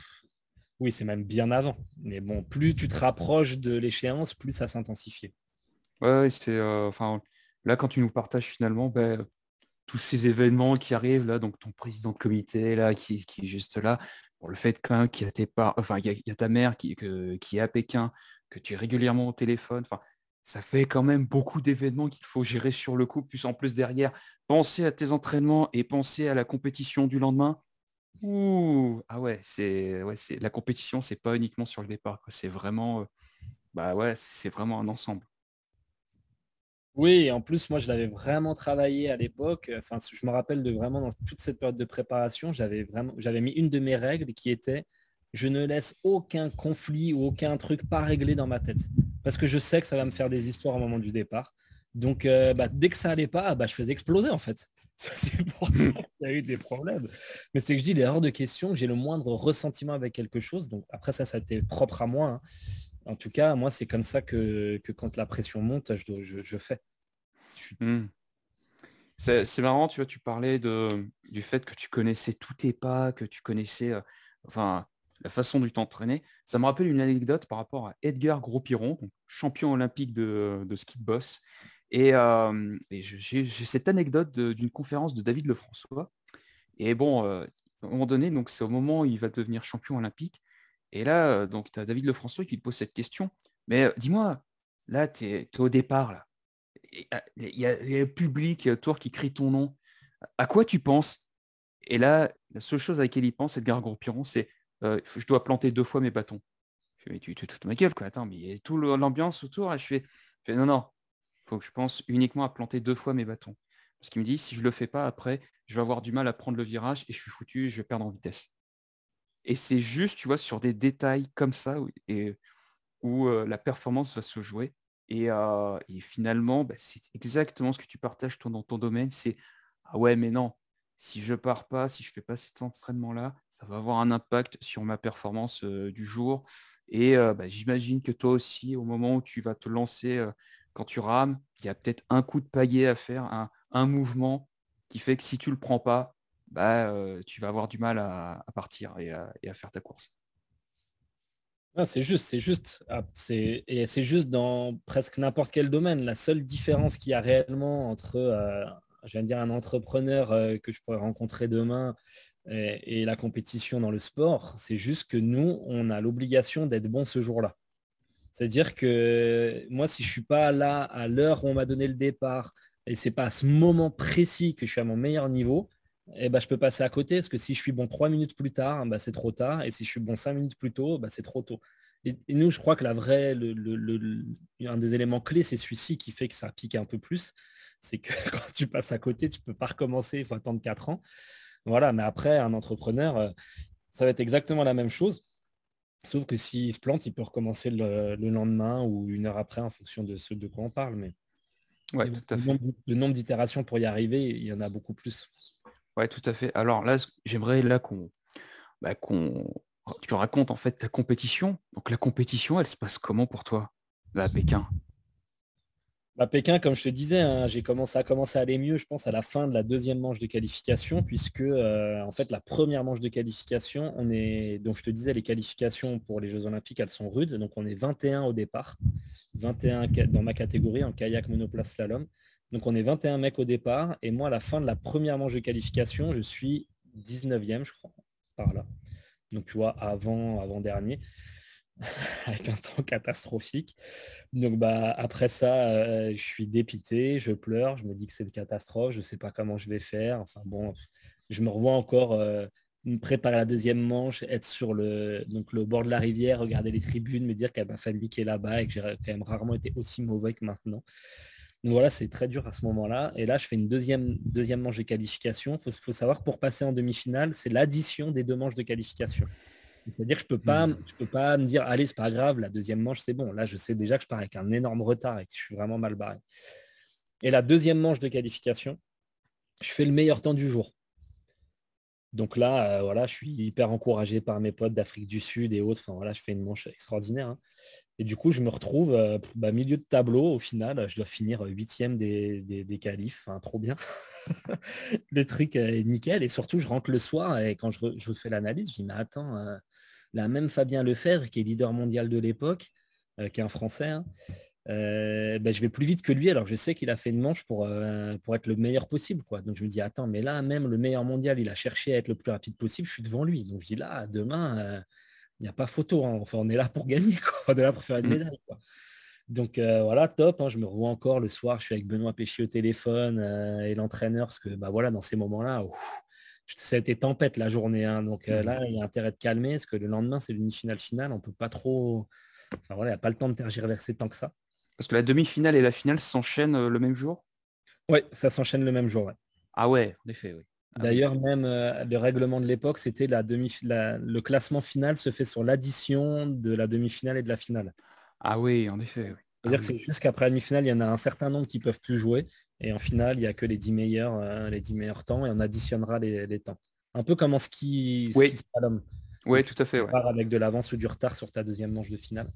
A: oui, c'est même bien avant. Mais bon, plus tu te rapproches de l'échéance, plus ça s'intensifie.
C: Ouais, ouais, enfin, là, quand tu nous partages finalement, ben, tous ces événements qui arrivent là, donc ton président de comité là, qui est juste là, pour le fait quand même qu'il y a il y a ta mère qui est à Pékin, que tu es régulièrement au téléphone, enfin, ça fait quand même beaucoup d'événements qu'il faut gérer sur le coup, plus en plus derrière, penser à tes entraînements et penser à la compétition du lendemain. Ouh, ah c'est la compétition, c'est pas uniquement sur le départ, quoi. C'est vraiment, bah ouais, c'est vraiment un ensemble.
A: Oui, et en plus, moi, je l'avais vraiment travaillé à l'époque. Enfin, je me rappelle de vraiment dans toute cette période de préparation, j'avais mis une de mes règles qui était je ne laisse aucun conflit ou aucun truc pas réglé dans ma tête. Parce que je sais que ça va me faire des histoires au moment du départ. Donc, dès que ça allait pas, je faisais exploser en fait. C'est pour ça qu'il y a eu des problèmes. Mais c'est que je dis, il est hors de question que j'ai le moindre ressentiment avec quelque chose. Donc, après ça a été propre à moi, hein. En tout cas, moi, c'est comme ça que quand la pression monte, je fais. Je suis-
C: Hmm. C'est marrant, tu vois, tu parlais du fait que tu connaissais tous tes pas, que tu connaissais enfin, la façon dont tu t'entraînais. Ça me rappelle une anecdote par rapport à Edgar Gros-Piron, donc champion olympique de ski de boss. Et j'ai cette anecdote d'une conférence de David Lefrançois. Et bon, à un moment donné, donc c'est au moment où il va devenir champion olympique. Et là, donc, tu as David Lefrançois qui te pose cette question. Mais dis-moi, là, tu es au départ, là. Il y a le public autour qui crie ton nom. À quoi tu penses? Et là, la seule chose à laquelle il pense, Edgar Gros-Piron, c'est je dois planter 2 fois mes bâtons. Je fais, mais tu te fous de ma gueule, quoi. Attends, mais il y a toute l'ambiance autour. Et je fais, non, non, il faut que je pense uniquement à planter 2 fois mes bâtons. Parce qu'il me dit, si je ne le fais pas, après, je vais avoir du mal à prendre le virage et je suis foutu, je vais perdre en vitesse. Et c'est juste, tu vois, sur des détails comme ça où la performance va se jouer. Et finalement, bah, c'est exactement ce que tu partages toi, dans ton domaine. C'est ah ouais, mais non, si je pars pas, si je fais pas cet entraînement-là, ça va avoir un impact sur ma performance du jour. Et j'imagine que toi aussi, au moment où tu vas te lancer, quand tu rames, il y a peut-être un coup de pagaie à faire, un mouvement qui fait que si tu le prends pas, tu vas avoir du mal à partir et à faire ta course.
A: Ah, c'est juste, c'est juste. Et c'est juste dans presque n'importe quel domaine. La seule différence qu'il y a réellement entre, je viens de dire, un entrepreneur que je pourrais rencontrer demain Et la compétition dans le sport, c'est juste que nous, on a l'obligation d'être bon ce jour-là. C'est-à-dire que moi, si je ne suis pas là à l'heure où on m'a donné le départ, et c'est pas à ce moment précis que je suis à mon meilleur niveau, eh ben, je peux passer à côté, parce que si je suis bon 3 minutes plus tard, bah, c'est trop tard, et si je suis bon 5 minutes plus tôt, bah, c'est trop tôt. Et nous, je crois que la vraie, un des éléments clés, c'est celui-ci qui fait que ça pique un peu plus. C'est que quand tu passes à côté, tu ne peux pas recommencer, il faut attendre 4 ans. Voilà, mais après, un entrepreneur, ça va être exactement la même chose. Sauf que s'il se plante, il peut recommencer le lendemain ou une heure après en fonction de ce de quoi on parle.
C: Ouais, tout à fait.
A: Le nombre d'itérations pour y arriver, il y en a beaucoup plus.
C: Ouais, tout à fait. Alors là, j'aimerais là qu'on tu racontes en fait ta compétition. Donc la compétition, elle se passe comment pour toi, là, à Pékin?
A: À Pékin, comme je te disais, hein, ça a commencé à aller mieux, je pense, à la fin de la deuxième manche de qualification, puisque en fait, la première manche de qualification, donc je te disais, les qualifications pour les Jeux Olympiques, elles sont rudes. Donc on est 21 au départ, 21 dans ma catégorie en kayak monoplace slalom. Donc on est 21 mecs au départ, et moi, à la fin de la première manche de qualification, je suis 19e, je crois, par là. Donc tu vois, avant-dernier, avec un temps catastrophique. Donc bah, après ça, je suis dépité, je pleure, je me dis que c'est une catastrophe, je ne sais pas comment je vais faire. Enfin bon, je me revois encore me préparer la deuxième manche, être sur donc, le bord de la rivière, regarder les tribunes, me dire qu'il y a ma famille qui est là-bas et que j'ai quand même rarement été aussi mauvais que maintenant. Donc voilà, c'est très dur à ce moment-là. Et là, je fais une deuxième manche de qualification. Faut savoir que pour passer en demi-finale, c'est l'addition des 2 manches de qualification. C'est-à-dire que je peux pas me dire, allez, c'est pas grave, la deuxième manche, c'est bon. Là, je sais déjà que je pars avec un énorme retard et que je suis vraiment mal barré. Et la deuxième manche de qualification, je fais le meilleur temps du jour. Donc là, voilà, je suis hyper encouragé par mes potes d'Afrique du Sud et autres. Enfin voilà, je fais une manche extraordinaire, hein. Et du coup, je me retrouve milieu de tableau. Au final, je dois finir 8e des qualifs. Enfin, trop bien. Le truc est nickel. Et surtout, je rentre le soir et quand je fais l'analyse, je dis, mais attends, là, même Fabien Lefebvre, qui est leader mondial de l'époque, qui est un Français, hein, je vais plus vite que lui. Alors, je sais qu'il a fait une manche pour être le meilleur possible, quoi. Donc, je me dis, attends, mais là, même le meilleur mondial, il a cherché à être le plus rapide possible. Je suis devant lui. Donc, je dis, là, demain, il n'y a pas photo, hein. Enfin, on est là pour gagner, quoi. On est là pour faire une médaille, quoi. Donc voilà, top, hein. Je me revois encore le soir, je suis avec Benoît Péchier au téléphone et l'entraîneur, parce que bah, voilà, dans ces moments-là, ça a été tempête la journée, hein. Donc là, il y a intérêt de calmer, parce que le lendemain, c'est l'uni-finale finale, on peut pas trop. Enfin voilà, il n'y a pas le temps de tergiverser tant que ça.
C: Parce que la demi-finale et la finale s'enchaînent le même jour?
A: Ouais, ça s'enchaîne le même jour, ouais.
C: Ah ouais, en effet, oui. Ah oui.
A: D'ailleurs, même le règlement de l'époque, c'était le classement final se fait sur l'addition de la demi-finale et de la finale.
C: Ah oui, en effet, oui. Ah
A: C'est-à-dire que
C: oui,
A: c'est
C: oui.
A: juste qu'après la demi-finale, il y en a un certain nombre qui peuvent plus jouer. Et en finale, il n'y a que les 10 meilleurs temps et on additionnera les temps. Un peu comme en ski
C: Oui,
A: slalom, où
C: oui,
A: tu
C: tout à fait, ouais.
A: pars avec de l'avance ou du retard sur ta deuxième manche de finale.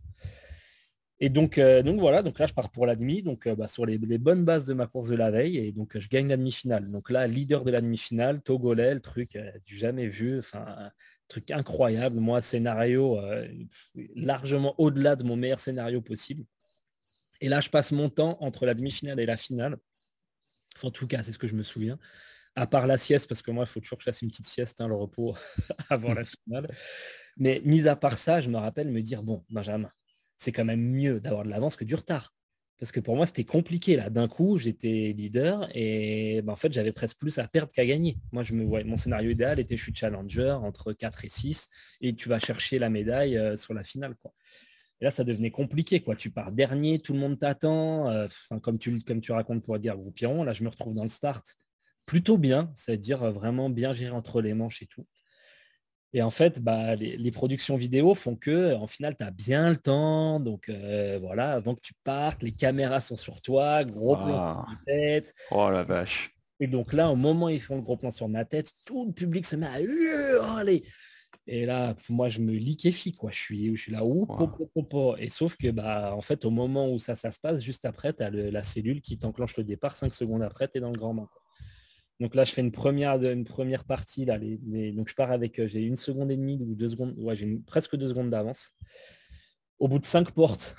A: Et donc voilà, donc là je pars pour la demi, donc sur les bonnes bases de ma course de la veille, et donc je gagne la demi-finale. Donc là, leader de la demi-finale, Togolais, le truc du jamais vu, enfin un truc incroyable. Moi, scénario largement au-delà de mon meilleur scénario possible. Et là, je passe mon temps entre la demi-finale et la finale. Enfin, en tout cas, c'est ce que je me souviens. À part la sieste, parce que moi, il faut toujours que je fasse une petite sieste, hein, le repos avant la finale. Mais mis à part ça, je me rappelle me dire, bon, Benjamin, c'est quand même mieux d'avoir de l'avance que du retard. Parce que pour moi, c'était compliqué. Là, d'un coup, j'étais leader et en fait, j'avais presque plus à perdre qu'à gagner. Moi, mon scénario idéal était je suis challenger entre 4 et 6 et tu vas chercher la médaille sur la finale, quoi. Et là, ça devenait compliqué, quoi. Tu pars dernier, tout le monde t'attend. Comme tu racontes pour Edgar Groupiron, là, je me retrouve dans le start plutôt bien, c'est-à-dire vraiment bien géré entre les manches et tout. Et en fait, les productions vidéo font que, en final, tu as bien le temps. Donc voilà, avant que tu partes, les caméras sont sur toi, gros plan sur
C: Ah,
A: ta tête.
C: oh la vache.
A: Et donc là, au moment où ils font le gros plan sur ma tête, tout le public se met à hurler. Et là, moi, je me liquéfie, quoi. Je suis là,
C: Wow.
A: Et sauf que, en fait, au moment où ça se passe, juste après, tu as la cellule qui t'enclenche le départ. 5 secondes après, tu es dans le grand bain, quoi. Donc là, je fais une première partie. Là, donc je pars avec, j'ai 1 seconde et demie ou 2 secondes. Ouais, j'ai presque 2 secondes d'avance. Au bout de 5 portes.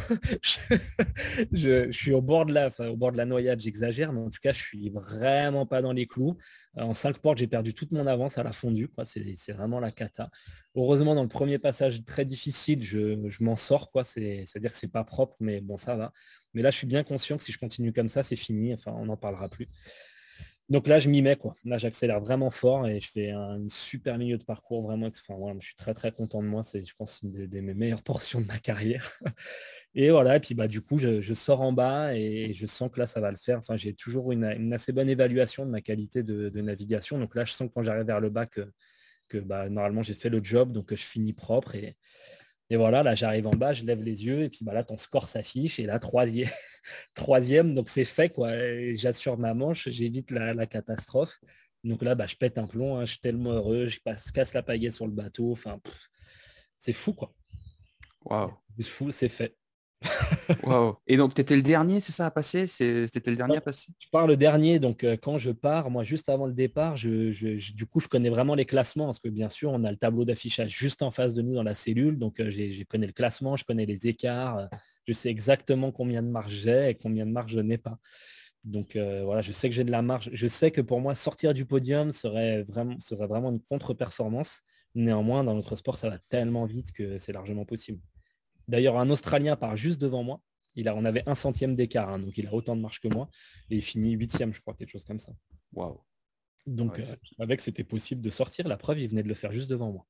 A: Je suis au bord de la noyade, j'exagère, mais en tout cas, je suis vraiment pas dans les clous. En 5 portes, j'ai perdu toute mon avance à la fondue, quoi. C'est vraiment la cata. Heureusement, dans le premier passage très difficile, je m'en sors, quoi. C'est-à-dire que c'est pas propre, mais bon, ça va. Mais là, je suis bien conscient que si je continue comme ça, c'est fini. Enfin, on n'en parlera plus. Donc là, je m'y mets, quoi. Là, j'accélère vraiment fort et je fais un super milieu de parcours, vraiment. Enfin, voilà, je suis très, très content de moi. C'est, je pense, une des mes meilleures portions de ma carrière. Et voilà, et puis bah, du coup, je sors en bas et je sens que là, ça va le faire. Enfin, j'ai toujours une assez bonne évaluation de ma qualité de navigation. Donc là, je sens que quand j'arrive vers le bas, que bah, normalement, j'ai fait le job, donc je finis propre. Et voilà, là, j'arrive en bas, je lève les yeux, et puis bah, là, ton score s'affiche. Et là, troisième, troisième, donc c'est fait, quoi. Et j'assure ma manche, j'évite la catastrophe. Donc là, bah, je pète un plomb, hein, je suis tellement heureux, casse la pagaie sur le bateau. Enfin, c'est fou, quoi.
C: Waouh.
A: C'est fou, c'est fait.
C: Waouh. Et donc, tu étais le dernier, c'est ça, à passer? C'était le dernier à passer?
A: Je pars le dernier, donc quand je pars, moi juste avant le départ, du coup je connais vraiment les classements, parce que bien sûr on a le tableau d'affichage juste en face de nous dans la cellule, donc je connais le classement, je connais les écarts, je sais exactement combien de marge j'ai et combien de marge je n'ai pas. Donc voilà, je sais que j'ai de la marge, je sais que pour moi sortir du podium serait vraiment une contre-performance. Néanmoins, dans notre sport, ça va tellement vite que c'est largement possible. D'ailleurs, un Australien part juste devant moi. On avait 1 centième d'écart, hein, donc il a autant de marge que moi. Et il finit 8e, je crois, quelque chose comme ça.
C: Waouh.
A: Donc,
C: Ouais,
A: je savais que c'était possible de sortir. La preuve, il venait de le faire juste devant moi.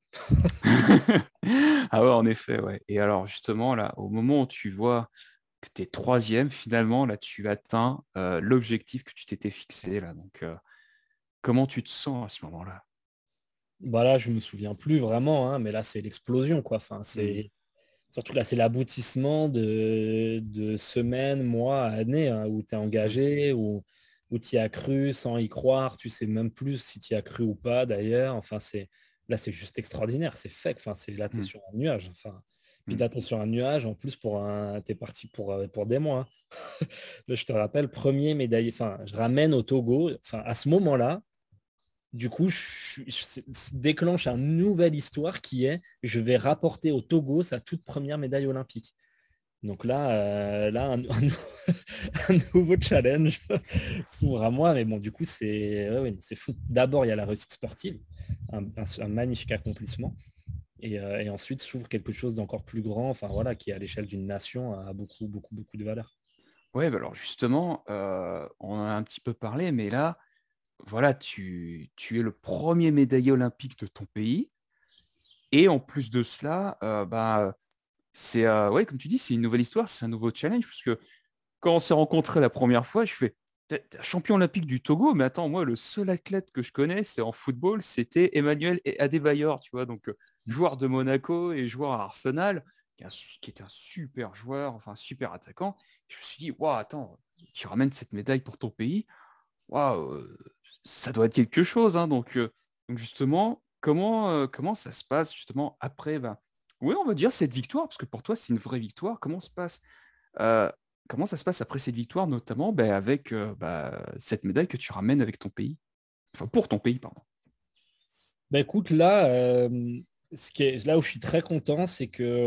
C: Ah ouais, en effet, ouais. Et alors, justement, là, au moment où tu vois que tu es troisième, finalement, là, tu atteins l'objectif que tu t'étais fixé, là. Donc, comment tu te sens à ce moment-là?
A: Voilà, je me souviens plus vraiment, hein, mais là, c'est l'explosion, quoi. Enfin,
C: Hmm.
A: surtout là, c'est l'aboutissement de semaines, mois, années, hein, où tu es
C: Hmm.
A: engagé, où tu y as cru sans y croire. Tu sais même plus si tu y as cru ou pas, d'ailleurs. Enfin, là, c'est juste extraordinaire. C'est fait. Enfin, là, tu es
C: Hmm.
A: sur un nuage. Enfin, puis
C: Hmm.
A: là, tu es sur un nuage. En plus, tu es parti pour des mois, hein. Là, je te rappelle, premier médaillé. Enfin, je ramène au Togo. Enfin, à ce moment-là, du coup, déclenche une nouvelle histoire qui est, je vais rapporter au Togo sa toute première médaille olympique. Donc là, un nouveau challenge s'ouvre à moi. Mais bon, du coup, c'est fou. D'abord, il y a la réussite sportive, un magnifique accomplissement. Et ensuite s'ouvre quelque chose d'encore plus grand, enfin voilà, qui à l'échelle d'une nation a beaucoup, beaucoup, beaucoup de valeur.
C: Ouais, bah alors justement, on en a un petit peu parlé, mais là, voilà, tu es le premier médaillé olympique de ton pays. Et en plus de cela, c'est, ouais, comme tu dis, c'est une nouvelle histoire, c'est un nouveau challenge, parce que quand on s'est rencontrés la première fois, je fais, t'es champion olympique du Togo, mais attends, moi, le seul athlète que je connais, c'est en football, c'était Emmanuel Adebayor, tu vois, donc joueur de Monaco et joueur à Arsenal, qui était un super joueur, enfin, un super attaquant. Je me suis dit, waouh, attends, tu ramènes cette médaille pour ton pays, waouh, ça doit être quelque chose, hein. Donc justement, comment ça se passe justement après, ben, oui, on va dire cette victoire, parce que pour toi, c'est une vraie victoire. Euh, comment ça se passe après cette victoire, notamment ben, avec cette médaille que tu ramènes avec ton pays, enfin pour ton pays, pardon.
A: Bah écoute, là, là où je suis très content, c'est que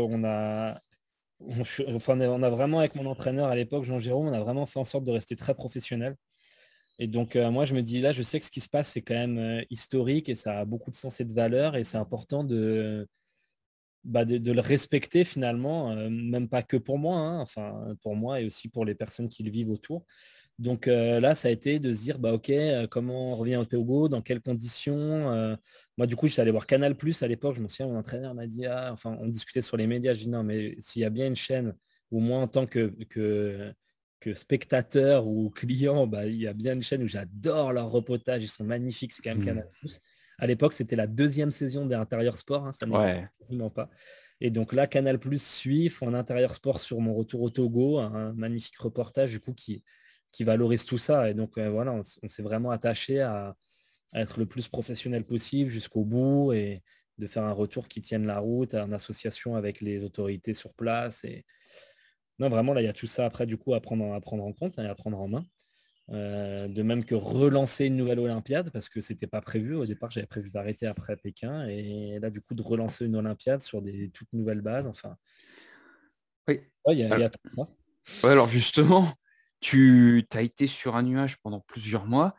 A: on a vraiment, avec mon entraîneur à l'époque, Jean-Jérôme, on a vraiment fait en sorte de rester très professionnel. Et donc, moi, je me dis, là, je sais que ce qui se passe, c'est quand même historique et ça a beaucoup de sens et de valeur. Et c'est important de le respecter finalement, même pas que pour moi, hein, enfin, pour moi et aussi pour les personnes qui le vivent autour. Donc là, ça a été de se dire, bah, ok, comment on revient au Togo, dans quelles conditions. Moi, du coup, je suis allé voir Canal+, à l'époque, je me souviens, mon entraîneur m'a dit, ah, enfin, on discutait sur les médias, je dis, non, mais s'il y a bien une chaîne, ou moi, en tant que spectateur ou client, bah, il y a bien une chaîne où j'adore leurs reportages, ils sont magnifiques, c'est quand même
C: Hmm.
A: Canal+. À l'époque, c'était la deuxième saison des Intérieurs Sport, hein, ça n'existe
C: Ouais.
A: quasiment pas. Et donc là, Canal+ suit, font un intérieur sport sur mon retour au Togo, un magnifique reportage du coup qui valorise tout ça. Et donc voilà, on s'est vraiment attaché à être le plus professionnel possible jusqu'au bout et de faire un retour qui tienne la route en association avec les autorités sur place. Et non, vraiment, là, il y a tout ça après du coup à prendre en compte, hein, et à prendre en main. De même que relancer une nouvelle Olympiade, parce que c'était pas prévu. Au départ, j'avais prévu d'arrêter après Pékin. Et là, du coup, de relancer une Olympiade sur des toutes nouvelles bases. Enfin,
C: Oui.
A: Ouais, il y
C: Alors,
A: a tout ça.
C: ouais, alors justement, tu as été sur un nuage pendant plusieurs mois.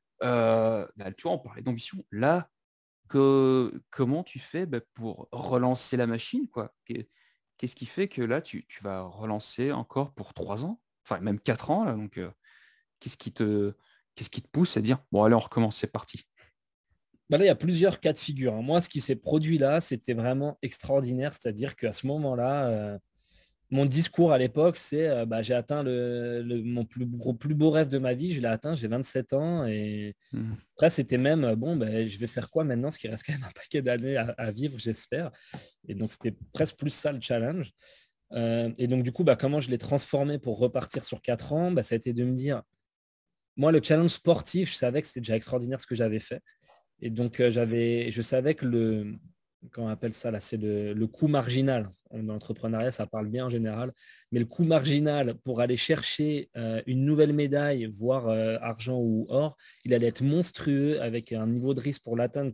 C: Tu vois, on parlait d'ambition. Là, comment tu fais pour relancer la machine, quoi? Qu'est-ce qui fait que là, tu vas relancer encore pour 3 ans, enfin même 4 ans, là, donc qu'est-ce qui te, qu'est-ce qui te pousse à dire, bon, allez, on recommence, c'est parti.
A: Bah là, il y a plusieurs cas de figure, hein. Moi, ce qui s'est produit là, c'était vraiment extraordinaire. C'est-à-dire qu'à ce moment-là, mon discours à l'époque, c'est j'ai atteint mon plus beau rêve de ma vie. Je l'ai atteint, j'ai 27 ans. Et
C: Mhm.
A: après, c'était même, je vais faire quoi maintenant? Ce qui reste quand même un paquet d'années à vivre, j'espère. Et donc, c'était presque plus ça le challenge. Et donc, du coup, comment je l'ai transformé pour repartir sur 4 ans? Ça a été de me dire, moi, le challenge sportif, je savais que c'était déjà extraordinaire ce que j'avais fait. Et donc, je savais que comment on appelle ça là, c'est le coût marginal. En entrepreneuriat, ça parle bien en général. Mais le coût marginal pour aller chercher une nouvelle médaille, voire argent ou or, il allait être monstrueux avec un niveau de risque pour l'atteindre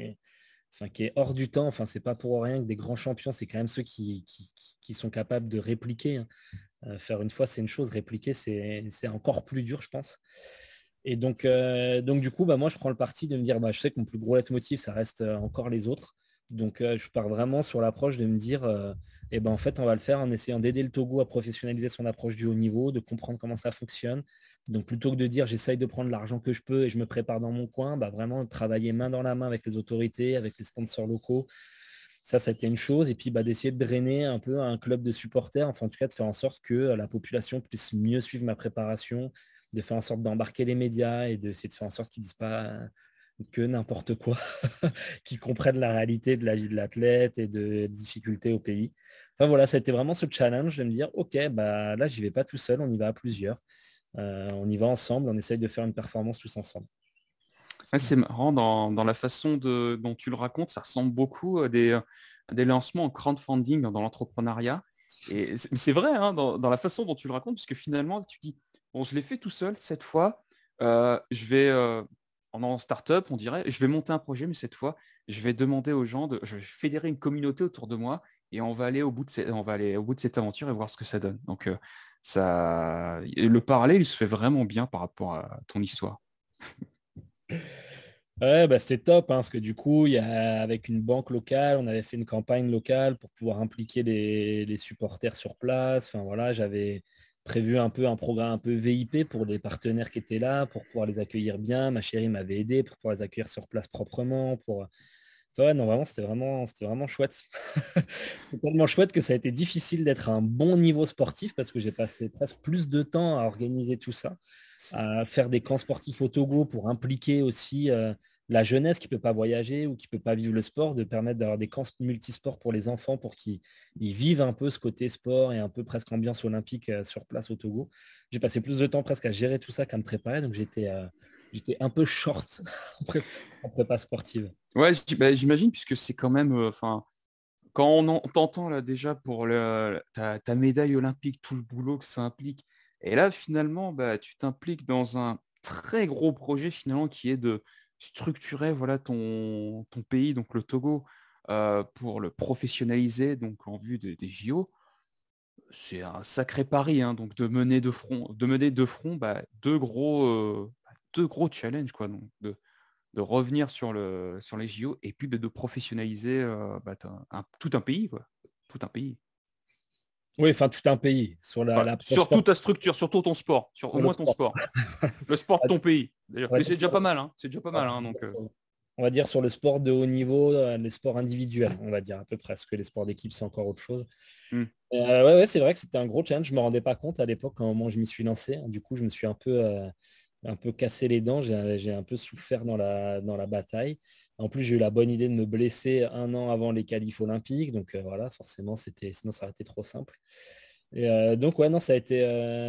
A: qui est hors du temps. Enfin, c'est pas pour rien que des grands champions, c'est quand même ceux qui sont capables de répliquer, hein. Faire une fois, c'est une chose. Répliquer, c'est encore plus dur, je pense. Et donc du coup, moi, je prends le parti de me dire, je sais que mon plus gros leitmotiv, ça reste encore les autres. Donc, je pars vraiment sur l'approche de me dire, en fait, on va le faire en essayant d'aider le Togo à professionnaliser son approche du haut niveau, de comprendre comment ça fonctionne. Donc, plutôt que de dire, j'essaye de prendre l'argent que je peux et je me prépare dans mon coin, vraiment travailler main dans la main avec les autorités, avec les sponsors locaux. Ça a été une chose. Et puis, d'essayer de drainer un peu un club de supporters, enfin, en tout cas, de faire en sorte que la population puisse mieux suivre ma préparation, de faire en sorte d'embarquer les médias et d'essayer de faire en sorte qu'ils ne disent pas que n'importe quoi, qu'ils comprennent la réalité de la vie de l'athlète et de difficultés au pays. Enfin voilà, ça a été vraiment ce challenge de me dire, OK, là, j'y vais pas tout seul, on y va à plusieurs. On y va ensemble, on essaye de faire une performance tous ensemble.
C: Ouais, c'est marrant, dans la façon dont tu le racontes, ça ressemble beaucoup à des lancements en crowdfunding dans l'entrepreneuriat. Et c'est vrai, hein, dans la façon dont tu le racontes, parce que finalement, tu dis, bon, je l'ai fait tout seul cette fois, je vais, en start-up, on dirait, je vais monter un projet, mais cette fois, je vais demander aux gens, je vais fédérer une communauté autour de moi, et on va aller on va aller au bout de cette aventure et voir ce que ça donne. Donc, le parallèle, il se fait vraiment bien par rapport à ton histoire.
A: Ouais, c'est top, hein, parce que du coup, avec une banque locale, on avait fait une campagne locale pour pouvoir impliquer les supporters sur place. Enfin voilà, j'avais prévu un peu un programme un peu VIP pour les partenaires qui étaient là, pour pouvoir les accueillir bien. Ma chérie m'avait aidé pour pouvoir les accueillir sur place proprement. Enfin, ouais, non, vraiment, c'était vraiment chouette. C'est tellement chouette que ça a été difficile d'être à un bon niveau sportif parce que j'ai passé presque plus de temps à organiser tout ça, à faire des camps sportifs au Togo pour impliquer aussi la jeunesse qui ne peut pas voyager ou qui ne peut pas vivre le sport, de permettre d'avoir des camps multisports pour les enfants pour qu'ils vivent un peu ce côté sport et un peu presque ambiance olympique sur place au Togo. J'ai passé plus de temps presque à gérer tout ça qu'à me préparer, donc j'étais un peu short en prépa sportive.
C: Ouais, j'imagine, puisque c'est quand même, enfin, quand on t'entend là déjà pour ta médaille olympique, tout le boulot que ça implique, et là finalement, tu t'impliques dans un très gros projet finalement qui est de structurer voilà ton pays, donc le Togo, pour le professionnaliser donc en vue des JO. C'est un sacré pari, hein, donc de mener de front deux gros challenges quoi, donc de revenir sur les JO et puis de professionnaliser tout un pays, quoi. Tout un pays.
A: Oui, enfin, tout un pays. Sur
C: Ouais,
A: l'approche
C: sur toute
A: sport,
C: ta structure, sur tout ton sport, au
A: sur le
C: moins ton
A: sport.
C: sport. Le sport de ton pays, d'ailleurs.
A: On va
C: Mais
A: dire
C: c'est déjà
A: sur,
C: pas mal, hein. C'est déjà pas
A: ouais,
C: mal, hein, donc,
A: on va dire sur le sport de haut niveau, les sports individuels, on va dire à peu près, parce que les sports d'équipe, c'est encore autre chose.
C: hmm.
A: Ouais, c'est vrai que c'était un gros challenge. Je ne me rendais pas compte à l'époque, au moment où je m'y suis lancé. Du coup, je me suis un peu cassé les dents. J'ai un peu souffert dans la bataille. En plus, j'ai eu la bonne idée de me blesser un an avant les qualifs olympiques. Donc voilà, forcément, sinon ça aurait été trop simple. Et donc, ouais, non, ça a été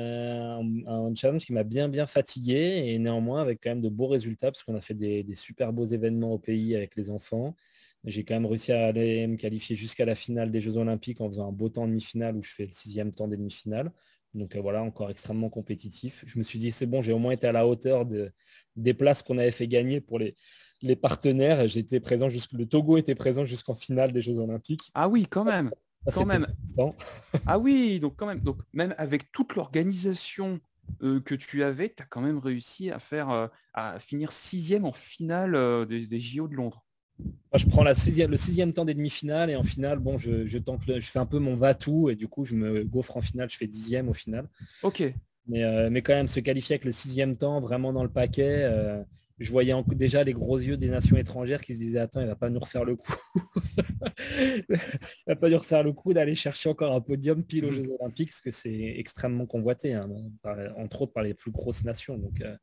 A: un challenge qui m'a bien, bien fatigué et néanmoins avec quand même de beaux résultats parce qu'on a fait des super beaux événements au pays avec les enfants. J'ai quand même réussi à aller me qualifier jusqu'à la finale des Jeux Olympiques en faisant un beau temps en demi-finale où je fais le 6e temps des demi-finales. Donc voilà, encore extrêmement compétitif. Je me suis dit, c'est bon, j'ai au moins été à la hauteur des places qu'on avait fait gagner pour les partenaires. Le Togo était présent jusqu'en finale des Jeux Olympiques.
C: Ah oui, quand même.
A: Ça,
C: quand
A: c'était
C: même.
A: important.
C: Ah oui, donc quand même. Donc même avec toute l'organisation que tu avais, tu as quand même réussi à finir sixième en finale des JO de Londres.
A: Moi, je prends le sixième temps des demi-finales et en finale, bon, je tente, je fais un peu mon va-tout et du coup, je me gaufre en finale, je fais dixième au final.
C: Ok.
A: Mais quand même, se qualifier avec le sixième temps vraiment dans le paquet, je voyais déjà les gros yeux des nations étrangères qui se disaient attends, il va pas nous refaire le coup. Il va pas nous refaire le coup d'aller chercher encore un podium pile aux
C: Mhm.
A: Jeux Olympiques, parce que c'est extrêmement convoité, hein, entre autres par les plus grosses nations.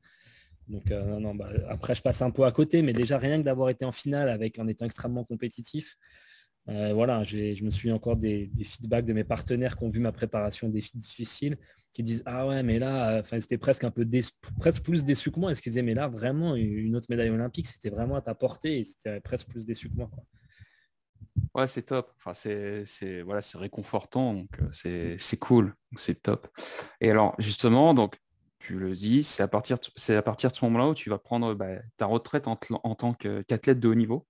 A: Non, non, bah, après, je passe un peu à côté, mais déjà, rien que d'avoir été en finale en étant extrêmement compétitif, voilà, je me souviens encore des feedbacks de mes partenaires qui ont vu ma préparation difficile, qui disent ah ouais, mais là, enfin, c'était presque un peu presque plus déçu que moi. Et ce qu'ils disaient, mais là, vraiment, une autre médaille olympique, c'était vraiment à ta portée et c'était presque plus déçu que moi, quoi.
C: Ouais, c'est top. Enfin, voilà, c'est réconfortant, donc c'est cool, c'est top. Et alors, justement, donc tu le dis, c'est à partir de ce moment-là où tu vas prendre ta retraite en tant qu'athlète de haut niveau.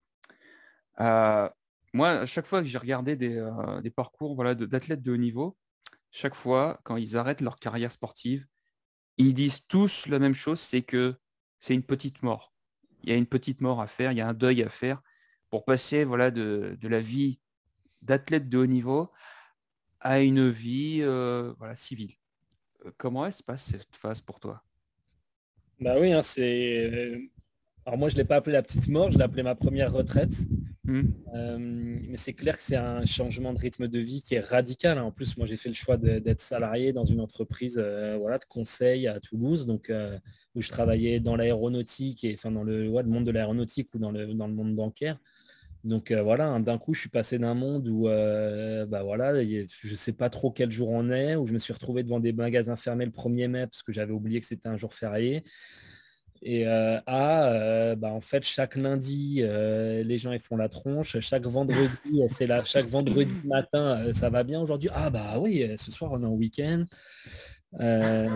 C: Euh, Moi, à chaque fois que j'ai regardé des parcours voilà, d'athlètes de haut niveau, chaque fois, quand ils arrêtent leur carrière sportive, ils disent tous la même chose, c'est que c'est une petite mort. Il y a une petite mort à faire, il y a un deuil à faire pour passer voilà, de la vie d'athlète de haut niveau à une vie voilà, civile. Comment elle se passe cette phase pour toi?
A: Bah oui, hein, alors moi, je ne l'ai pas appelé la petite mort, je l'ai appelé ma première retraite.
C: Hmm.
A: Mais c'est clair que c'est un changement de rythme de vie qui est radical, hein. En plus, moi, j'ai fait le choix d'être salarié dans une entreprise voilà, de conseil à Toulouse, donc, où je travaillais dans l'aéronautique et enfin, dans le monde de l'aéronautique ou dans le monde bancaire. Donc voilà, hein, d'un coup, je suis passé d'un monde où bah, voilà, je ne sais pas trop quel jour on est, où je me suis retrouvé devant des magasins fermés le 1er mai parce que j'avais oublié que c'était un jour férié. Et bah, en fait, chaque lundi, les gens ils font la tronche. Chaque vendredi, chaque vendredi matin, ça va bien aujourd'hui. Ah bah oui, ce soir on est en week-end. Euh,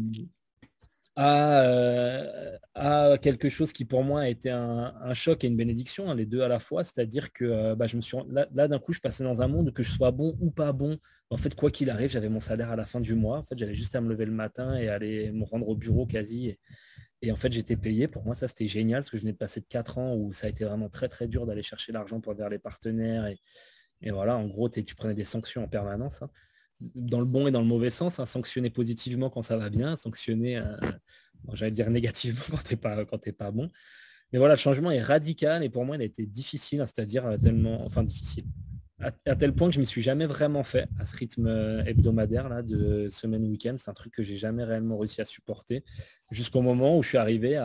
A: Quelque chose qui pour moi a été un choc et une bénédiction, hein, les deux à la fois. C'est-à-dire que bah, là d'un coup, je passais dans un monde que je sois bon ou pas bon. En fait, quoi qu'il arrive, j'avais mon salaire à la fin du mois. En fait, j'avais juste à me lever le matin et aller me rendre au bureau quasi. Et en fait, j'étais payé. Pour moi, ça, c'était génial parce que je venais de passer de 4 ans où ça a été vraiment très, très dur d'aller chercher l'argent pour vers les partenaires. Et voilà, en gros, tu prenais des sanctions en permanence, hein, dans le bon et dans le mauvais sens, hein, sanctionner positivement quand ça va bien, sanctionner, bon, j'allais dire négativement quand t'es pas bon. Mais voilà, le changement est radical et pour moi, il a été difficile, hein, c'est-à-dire tellement, enfin difficile. À tel point que je ne m'y suis jamais vraiment fait à ce rythme hebdomadaire là, de semaine week-end. C'est un truc que j'ai jamais réellement réussi à supporter jusqu'au moment où je suis arrivé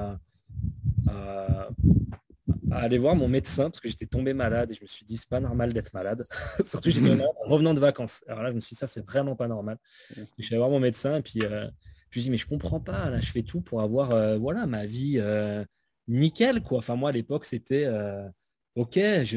A: à- à aller voir mon médecin parce que j'étais tombé malade et je me suis dit c'est pas normal d'être malade. Surtout j'étais malade en revenant de vacances. Alors là je me suis dit ça c'est vraiment pas normal. Je suis allé voir mon médecin et puis je lui ai dit mais je comprends pas, là je fais tout pour avoir voilà ma vie nickel quoi. Enfin moi à l'époque c'était ok,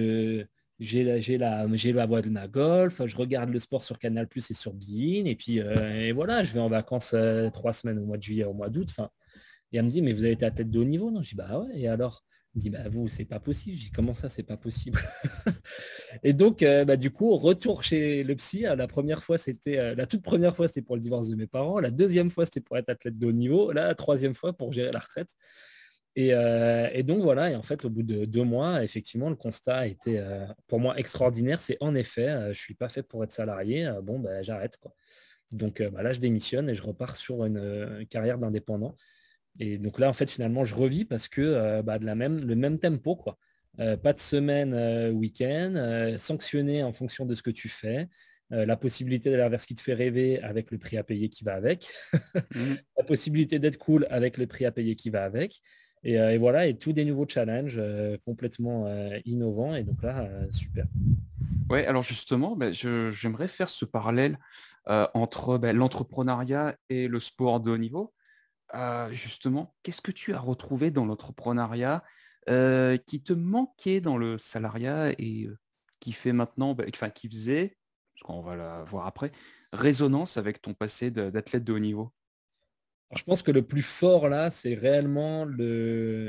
A: j'ai la voix de ma golf, je regarde le sport sur Canal+ et sur Bein et puis et voilà, je vais en vacances 3 semaines au mois de juillet, au mois d'août. Enfin, et elle me dit, mais vous avez été athlète de haut niveau, non? Je dis, bah ouais, et alors? Elle me dit, bah vous, c'est pas possible. Je dis, comment ça, c'est pas possible? Et donc, bah, du coup, retour chez le psy. La première fois, la toute première fois, c'était pour le divorce de mes parents. La deuxième fois, c'était pour être athlète de haut niveau. La troisième fois, pour gérer la retraite. Et donc, voilà. Et en fait, au bout de 2 mois, effectivement, le constat a été pour moi extraordinaire. C'est en effet, je suis pas fait pour être salarié. Bon, bah, j'arrête, quoi. Donc bah, là, je démissionne et je repars sur une carrière d'indépendant. Et donc là, en fait, finalement, je revis parce que bah, le même tempo, quoi. Pas de semaine week-end, sanctionné en fonction de ce que tu fais, la possibilité d'aller vers ce qui te fait rêver avec le prix à payer qui va avec,
C: Mhm.
A: la possibilité d'être cool avec le prix à payer qui va avec. Et voilà, et tous des nouveaux challenges complètement innovants. Et donc là, super.
C: Ouais, alors justement, j'aimerais faire ce parallèle entre l'entrepreneuriat et le sport de haut niveau. Justement, qu'est-ce que tu as retrouvé dans l'entrepreneuriat qui te manquait dans le salariat et qui fait maintenant, enfin qui faisait, parce qu'on va la voir après, résonance avec ton passé d'athlète de haut niveau?
A: Alors, je pense que le plus fort là, c'est réellement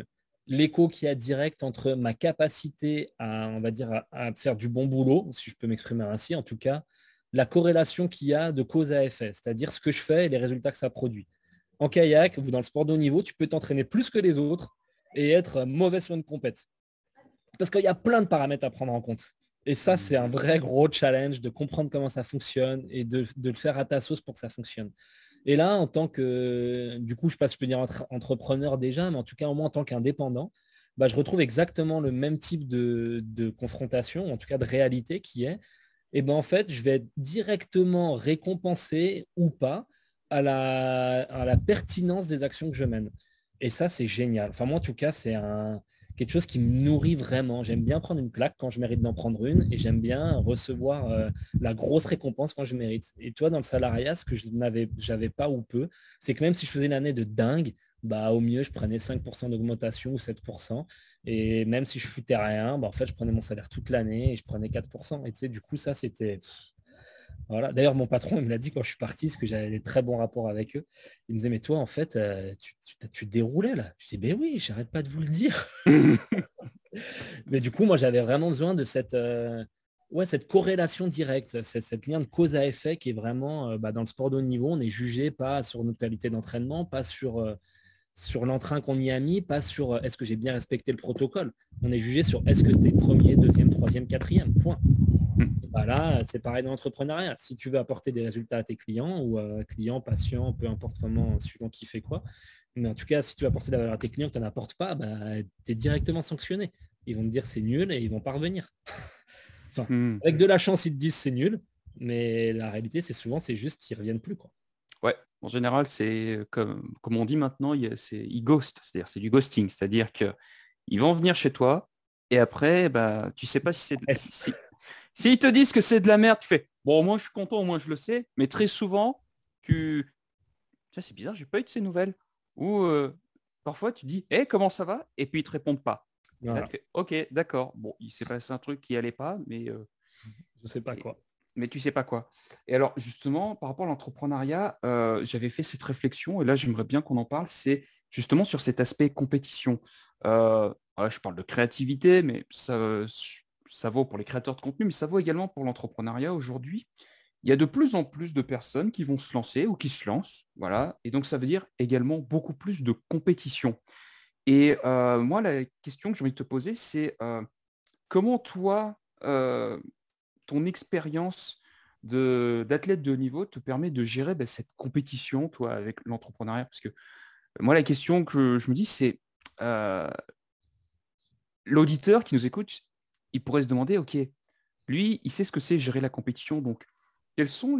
A: l'écho qu'il y a direct entre ma capacité à, on va dire, à faire du bon boulot, si je peux m'exprimer ainsi, en tout cas, la corrélation qu'il y a de cause à effet, c'est-à-dire ce que je fais et les résultats que ça produit. En kayak ou dans le sport de haut niveau, tu peux t'entraîner plus que les autres et être mauvais sur une compète. Parce qu'il y a plein de paramètres à prendre en compte. Et ça, c'est un vrai gros challenge de comprendre comment ça fonctionne et de le faire à ta sauce pour que ça fonctionne. Et là, en tant que, du coup, je ne sais pas si je peux dire entrepreneur déjà, mais en tout cas, au moins en tant qu'indépendant, bah, je retrouve exactement le même type de confrontation, en tout cas de réalité qui est, et ben en fait, je vais être directement récompensé ou pas à la pertinence des actions que je mène. Et ça, c'est génial. Enfin, moi, en tout cas, c'est quelque chose qui me nourrit vraiment. J'aime bien prendre une claque quand je mérite d'en prendre une et j'aime bien recevoir la grosse récompense quand je mérite. Et toi, dans le salariat, ce que je n'avais pas ou peu, c'est que même si je faisais une année de dingue, bah, au mieux, je prenais 5% d'augmentation ou 7%. Et même si je foutais rien, bah, en fait, je prenais mon salaire toute l'année et je prenais 4%. Et tu sais, du coup, ça, c'était... Voilà. D'ailleurs, mon patron, il me l'a dit quand je suis parti, parce que j'avais des très bons rapports avec eux. Il me disait, mais toi, en fait, tu te déroulais là. Je dis, ben oui, j'arrête pas de vous le dire. Mais du coup, moi, j'avais vraiment besoin de cette corrélation directe, cette lien de cause à effet qui est vraiment, dans le sport de haut niveau, on est jugé pas sur notre qualité d'entraînement, pas sur l'entrain qu'on y a mis, pas sur est-ce que j'ai bien respecté le protocole. On est jugé sur est-ce que tu es premier, deuxième, troisième, quatrième, point. Bah là, c'est pareil dans l'entrepreneuriat. Si tu veux apporter des résultats à tes clients ou clients, patients, peu importe comment, suivant qui fait quoi, mais en tout cas, si tu veux apporter de la valeur à tes clients que tu n'en apportes pas, bah, tu es directement sanctionné. Ils vont te dire c'est nul et ils vont pas revenir. Enfin, avec de la chance, ils te disent c'est nul, mais la réalité, c'est juste qu'ils reviennent plus, quoi.
C: Ouais, en général, c'est comme on dit maintenant, ils ghostent, c'est-à-dire c'est du ghosting, c'est-à-dire qu'ils vont venir chez toi et après, bah, tu sais pas si c'est s'ils te disent que c'est de la merde, tu fais bon, moi je suis content, au moins je le sais, mais très souvent, tiens, c'est bizarre, j'ai pas eu de ces nouvelles. Ou parfois tu dis comment ça va? Et puis ils te répondent pas. Et là,
A: Voilà.
C: tu fais ok, d'accord. Bon, il s'est passé un truc qui allait pas, mais
A: Je sais pas quoi.
C: mais tu sais pas quoi. Et alors, justement, par rapport à l'entrepreneuriat, j'avais fait cette réflexion, et là, j'aimerais bien qu'on en parle, c'est justement sur cet aspect compétition. Voilà, je parle de créativité, mais ça vaut pour les créateurs de contenu, mais ça vaut également pour l'entrepreneuriat aujourd'hui. Il y a de plus en plus de personnes qui vont se lancer ou qui se lancent, voilà, et donc ça veut dire également beaucoup plus de compétition. Et moi, la question que j'ai envie de te poser, c'est comment toi, ton expérience d'athlète de haut niveau te permet de gérer cette compétition, toi, avec l'entrepreneuriat? Parce que moi, la question que je me dis, c'est euh, l'auditeur qui nous écoute, il pourrait se demander, OK, lui, il sait ce que c'est gérer la compétition. Donc, quelles sont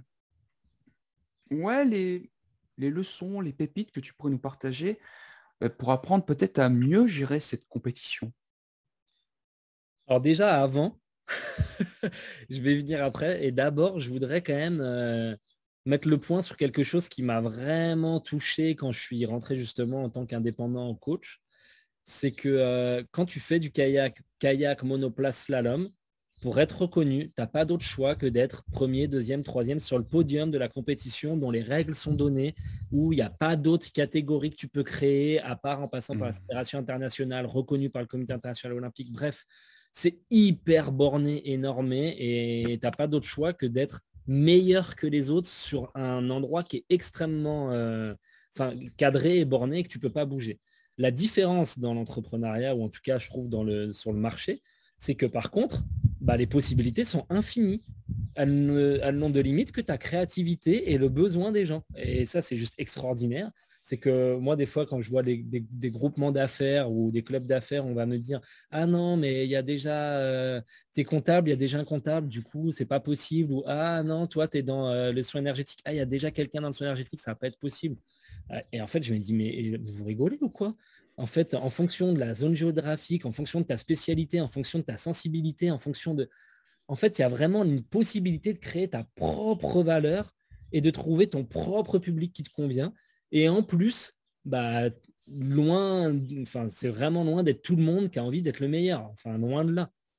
C: ouais, les leçons, les pépites que tu pourrais nous partager pour apprendre peut-être à mieux gérer cette compétition?
A: Alors déjà, avant, je vais venir après. Et d'abord, je voudrais quand même mettre le point sur quelque chose qui m'a vraiment touché quand je suis rentré justement en tant qu'indépendant coach. C'est que quand tu fais du kayak, monoplace, slalom, pour être reconnu, tu n'as pas d'autre choix que d'être premier, deuxième, troisième sur le podium de la compétition dont les règles sont données, où il n'y a pas d'autres catégories que tu peux créer, à part en passant par la Fédération internationale, reconnue par le Comité international olympique. Bref, c'est hyper borné, énormé, et tu n'as pas d'autre choix que d'être meilleur que les autres sur un endroit qui est extrêmement cadré et borné et que tu ne peux pas bouger. La différence dans l'entrepreneuriat, ou en tout cas, je trouve sur le marché, c'est que par contre, les possibilités sont infinies. Elles n'ont de limite que ta créativité et le besoin des gens. Et ça, c'est juste extraordinaire. C'est que moi, des fois, quand je vois des groupements d'affaires ou des clubs d'affaires, on va me dire ah non, mais il y a déjà t'es comptable, il y a déjà un comptable, du coup, c'est pas possible. Ou ah non, toi, tu es dans le soin énergétique. Ah, il y a déjà quelqu'un dans le soin énergétique, ça va pas être possible. Et en fait, je me dis, mais vous rigolez ou quoi? En fait, en fonction de la zone géographique, en fonction de ta spécialité, en fonction de ta sensibilité, en fonction de... En fait, il y a vraiment une possibilité de créer ta propre valeur et de trouver ton propre public qui te convient. Et en plus, loin, enfin, c'est vraiment loin d'être tout le monde qui a envie d'être le meilleur. Enfin, loin de là.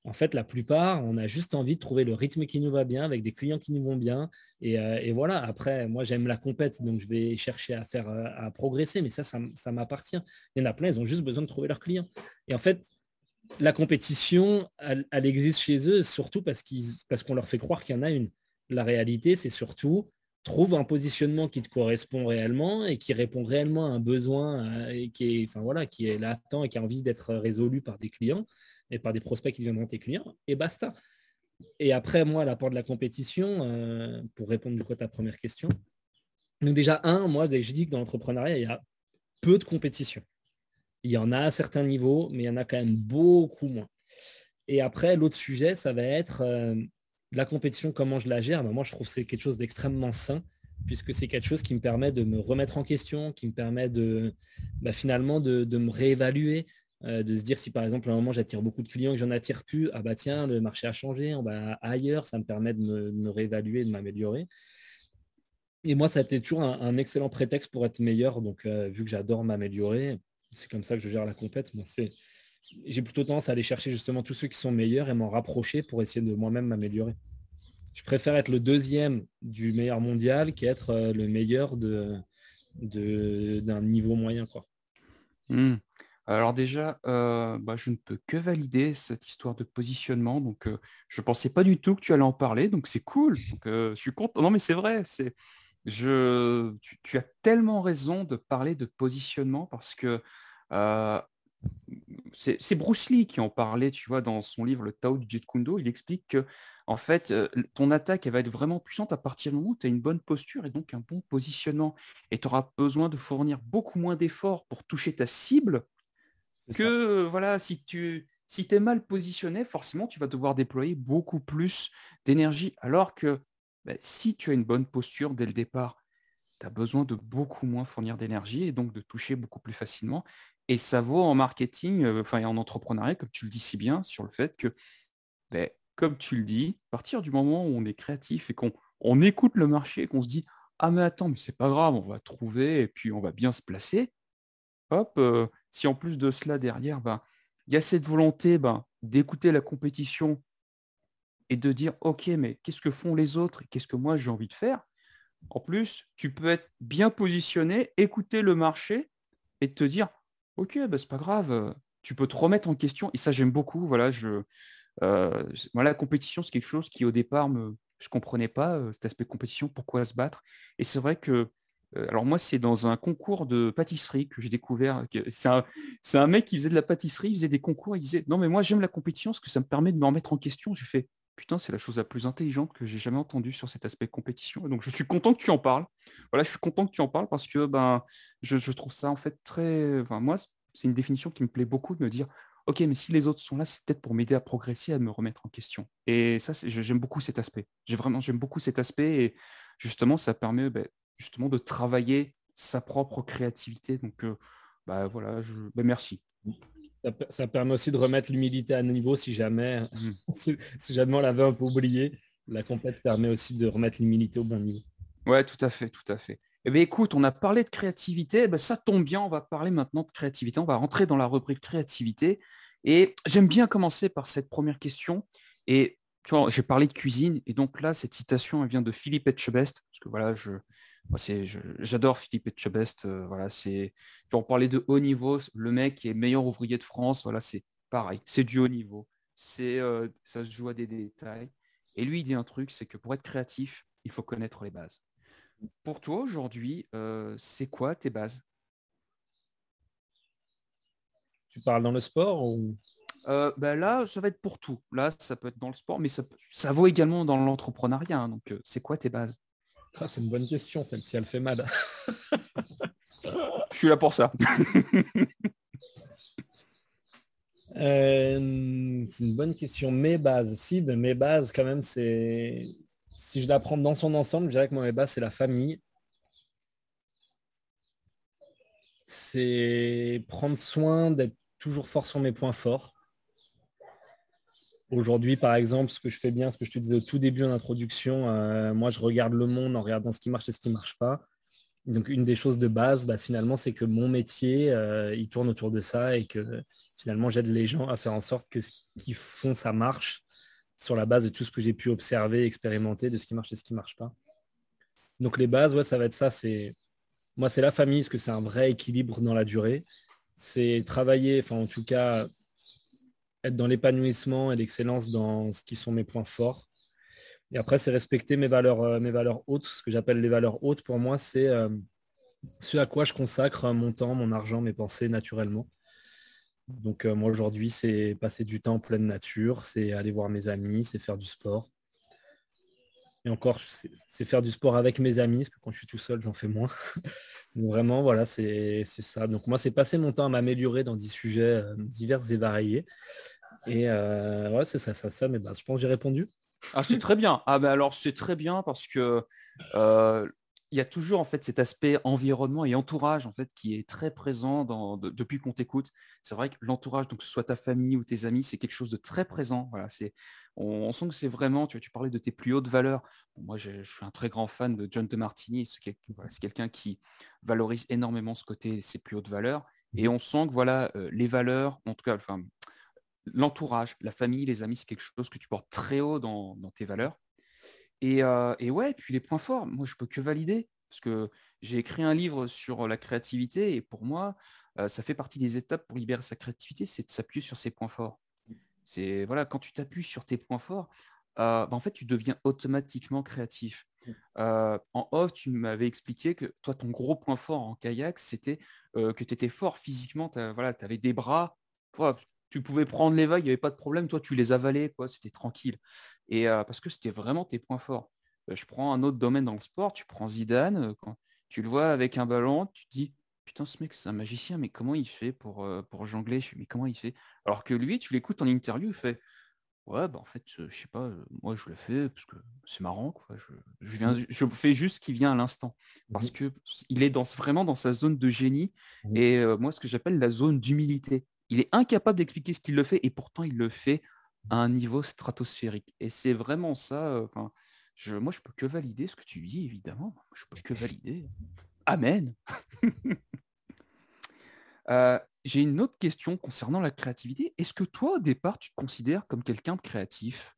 A: En fait, la plupart, on a juste envie de trouver le rythme qui nous va bien, avec des clients qui nous vont bien. Et voilà, après, moi, j'aime la compète, donc je vais chercher à progresser, mais ça m'appartient. Il y en a plein, ils ont juste besoin de trouver leurs clients. Et en fait, la compétition, elle existe chez eux, surtout parce qu'on leur fait croire qu'il y en a une. La réalité, c'est surtout trouve un positionnement qui te correspond réellement et qui répond réellement à un besoin et qui est latent et qui a envie d'être résolu par des clients et par des prospects qui deviendront tes clients, et basta. Et après, moi, l'apport de la compétition, pour répondre du coup à ta première question. Donc déjà, moi, j'ai dit que dans l'entrepreneuriat, il y a peu de compétition. Il y en a à certains niveaux, mais il y en a quand même beaucoup moins. Et après, l'autre sujet, ça va être la compétition, comment je la gère. Ben, moi, je trouve que c'est quelque chose d'extrêmement sain, puisque c'est quelque chose qui me permet de me remettre en question, qui me permet finalement de me réévaluer, de se dire si par exemple à un moment j'attire beaucoup de clients et que j'en attire plus, ah bah tiens, le marché a changé, on va ailleurs, ça me permet de me réévaluer, de m'améliorer. Et moi, ça a été toujours un excellent prétexte pour être meilleur. Donc, vu que j'adore m'améliorer, c'est comme ça que je gère la compète. J'ai plutôt tendance à aller chercher justement tous ceux qui sont meilleurs et m'en rapprocher pour essayer de moi-même m'améliorer. Je préfère être le deuxième du meilleur mondial qu'être le meilleur d'un niveau moyen, quoi.
C: Alors déjà, je ne peux que valider cette histoire de positionnement. Donc, je ne pensais pas du tout que tu allais en parler. Donc, c'est cool. Donc, je suis content. Non, mais c'est vrai. Tu as tellement raison de parler de positionnement parce que euh, c'est Bruce Lee qui en parlait, tu vois, dans son livre Le Tao du Jeet Kune Do. Il explique que, en fait, ton attaque, elle va être vraiment puissante à partir du moment où tu as une bonne posture et donc un bon positionnement. Et tu auras besoin de fournir beaucoup moins d'efforts pour toucher ta cible que, voilà, si tu es mal positionné, forcément, tu vas devoir déployer beaucoup plus d'énergie. Alors que si tu as une bonne posture dès le départ, tu as besoin de beaucoup moins fournir d'énergie et donc de toucher beaucoup plus facilement. Et ça vaut en marketing, et en entrepreneuriat, comme tu le dis si bien, sur le fait que, comme tu le dis, à partir du moment où on est créatif et qu'on écoute le marché et qu'on se dit, ah mais attends, mais c'est pas grave, on va trouver et puis on va bien se placer, hop, si en plus de cela derrière, il y a cette volonté d'écouter la compétition et de dire, ok, mais qu'est-ce que font les autres et qu'est-ce que moi j'ai envie de faire? En plus, tu peux être bien positionné, écouter le marché et te dire, ok, c'est pas grave, tu peux te remettre en question. Et ça, j'aime beaucoup. Voilà, la compétition, c'est quelque chose qui au départ, je ne comprenais pas, cet aspect de compétition, pourquoi se battre. Et c'est vrai que, alors moi, c'est dans un concours de pâtisserie que j'ai découvert. C'est un mec qui faisait de la pâtisserie, il faisait des concours, il disait, non, mais moi, j'aime la compétition parce que ça me permet de me remettre en question. J'ai fait, putain, c'est la chose la plus intelligente que j'ai jamais entendue sur cet aspect de compétition. Et donc, je suis content que tu en parles. Voilà, je suis content que tu en parles parce que je trouve ça en fait très. Enfin, moi, c'est une définition qui me plaît beaucoup de me dire, ok, mais si les autres sont là, c'est peut-être pour m'aider à progresser, à me remettre en question. Et ça, j'aime beaucoup cet aspect. J'aime beaucoup cet aspect et justement, ça permet justement de travailler sa propre créativité. Donc, voilà, merci.
A: Ça permet aussi de remettre l'humilité à niveau si jamais,
C: Mhm.
A: si jamais on l'avait un peu oublié. La compète permet aussi de remettre l'humilité au bon niveau.
C: Ouais, tout à fait, tout à fait. Eh bien, écoute, on a parlé de créativité, ça tombe bien, on va parler maintenant de créativité, on va rentrer dans la rubrique créativité. Et j'aime bien commencer par cette première question. Et tu vois, j'ai parlé de cuisine, et donc là, cette citation, elle vient de Philippe Etchebest, parce que voilà, j'adore Philippe Etchebest. Voilà, on parlait de haut niveau, le mec est meilleur ouvrier de France, voilà, c'est pareil, c'est du haut niveau. Ça se joue à des détails. Et lui, il dit un truc, c'est que pour être créatif, il faut connaître les bases. Pour toi, aujourd'hui, c'est quoi tes bases?
A: Tu parles dans le sport ou...
C: Là, ça va être pour tout. Là, ça peut être dans le sport, mais ça vaut également dans l'entrepreneuriat, hein. Donc, c'est quoi tes bases?
A: Ah, c'est une bonne question, celle-ci, elle fait mal.
C: Je suis là pour ça.
A: C'est une bonne question. Mes bases, si, mes bases, quand même, c'est... Si je la prends dans son ensemble, je dirais que moi, mes bases, c'est la famille. C'est prendre soin d'être toujours fort sur mes points forts. Aujourd'hui, par exemple, ce que je fais bien, ce que je te disais au tout début en introduction, moi, je regarde le monde en regardant ce qui marche et ce qui ne marche pas. Donc, une des choses de base, finalement, c'est que mon métier, il tourne autour de ça et que finalement, j'aide les gens à faire en sorte que ce qu'ils font, ça marche sur la base de tout ce que j'ai pu observer, expérimenter, de ce qui marche et ce qui ne marche pas. Donc, les bases, ouais, ça va être ça. Moi, c'est la famille, parce que c'est un vrai équilibre dans la durée. C'est travailler, enfin, en tout cas, être dans l'épanouissement et l'excellence dans ce qui sont mes points forts. Et après, c'est respecter mes valeurs hautes. Ce que j'appelle les valeurs hautes, pour moi, c'est ce à quoi je consacre mon temps, mon argent, mes pensées naturellement. Donc moi aujourd'hui, c'est passer du temps en pleine nature, c'est aller voir mes amis, c'est faire du sport. Et encore, c'est faire du sport avec mes amis, parce que quand je suis tout seul, j'en fais moins. Donc vraiment, voilà, c'est ça. Donc moi, c'est passer mon temps à m'améliorer dans des sujets divers et variés. Et ouais, c'est ça, mais je pense que j'ai répondu.
C: Ah, c'est très bien. Ah, ben alors, c'est très bien parce que il y a toujours en fait cet aspect environnement et entourage en fait qui est très présent depuis qu'on t'écoute. C'est vrai que l'entourage, donc que ce soit ta famille ou tes amis, c'est quelque chose de très présent. Voilà, on sent que c'est vraiment, tu parlais de tes plus hautes valeurs. Bon, moi, je suis un très grand fan de John DeMartini. C'est quelqu'un qui valorise énormément ce côté, ses plus hautes valeurs. Et on sent que voilà, les valeurs, en tout cas, enfin, l'entourage, la famille, les amis, c'est quelque chose que tu portes très haut dans tes valeurs. Et ouais, puis les points forts, moi, je peux que valider. Parce que j'ai écrit un livre sur la créativité et pour moi, ça fait partie des étapes pour libérer sa créativité, c'est de s'appuyer sur ses points forts. C'est voilà, quand tu t'appuies sur tes points forts, en fait, tu deviens automatiquement créatif. En off, tu m'avais expliqué que toi, ton gros point fort en kayak, c'était que tu étais fort physiquement. Voilà, tu avais des bras. Toi, tu pouvais prendre les vagues, il n'y avait pas de problème. Toi, tu les avalais, quoi, c'était tranquille. Et parce que c'était vraiment tes points forts. Je prends un autre domaine dans le sport. Tu prends Zidane. Quand tu le vois avec un ballon, tu te dis, putain, ce mec, c'est un magicien, mais comment il fait pour jongler? Mais comment il fait? Alors que lui, tu l'écoutes en interview, il fait, ouais, bah en fait, je sais pas, moi je le fais parce que c'est marrant, quoi. Je fais juste ce qui vient à l'instant. Parce
A: Mhm.
C: que il est vraiment dans sa zone de génie
A: Mhm.
C: et moi, ce que j'appelle la zone d'humilité. Il est incapable d'expliquer ce qu'il le fait et pourtant il le fait à un niveau stratosphérique. Et c'est vraiment ça. Enfin, moi, je peux que valider ce que tu dis, évidemment. Je peux que valider. Amen. J'ai une autre question concernant la créativité. Est-ce que toi, au départ, tu te considères comme quelqu'un de créatif?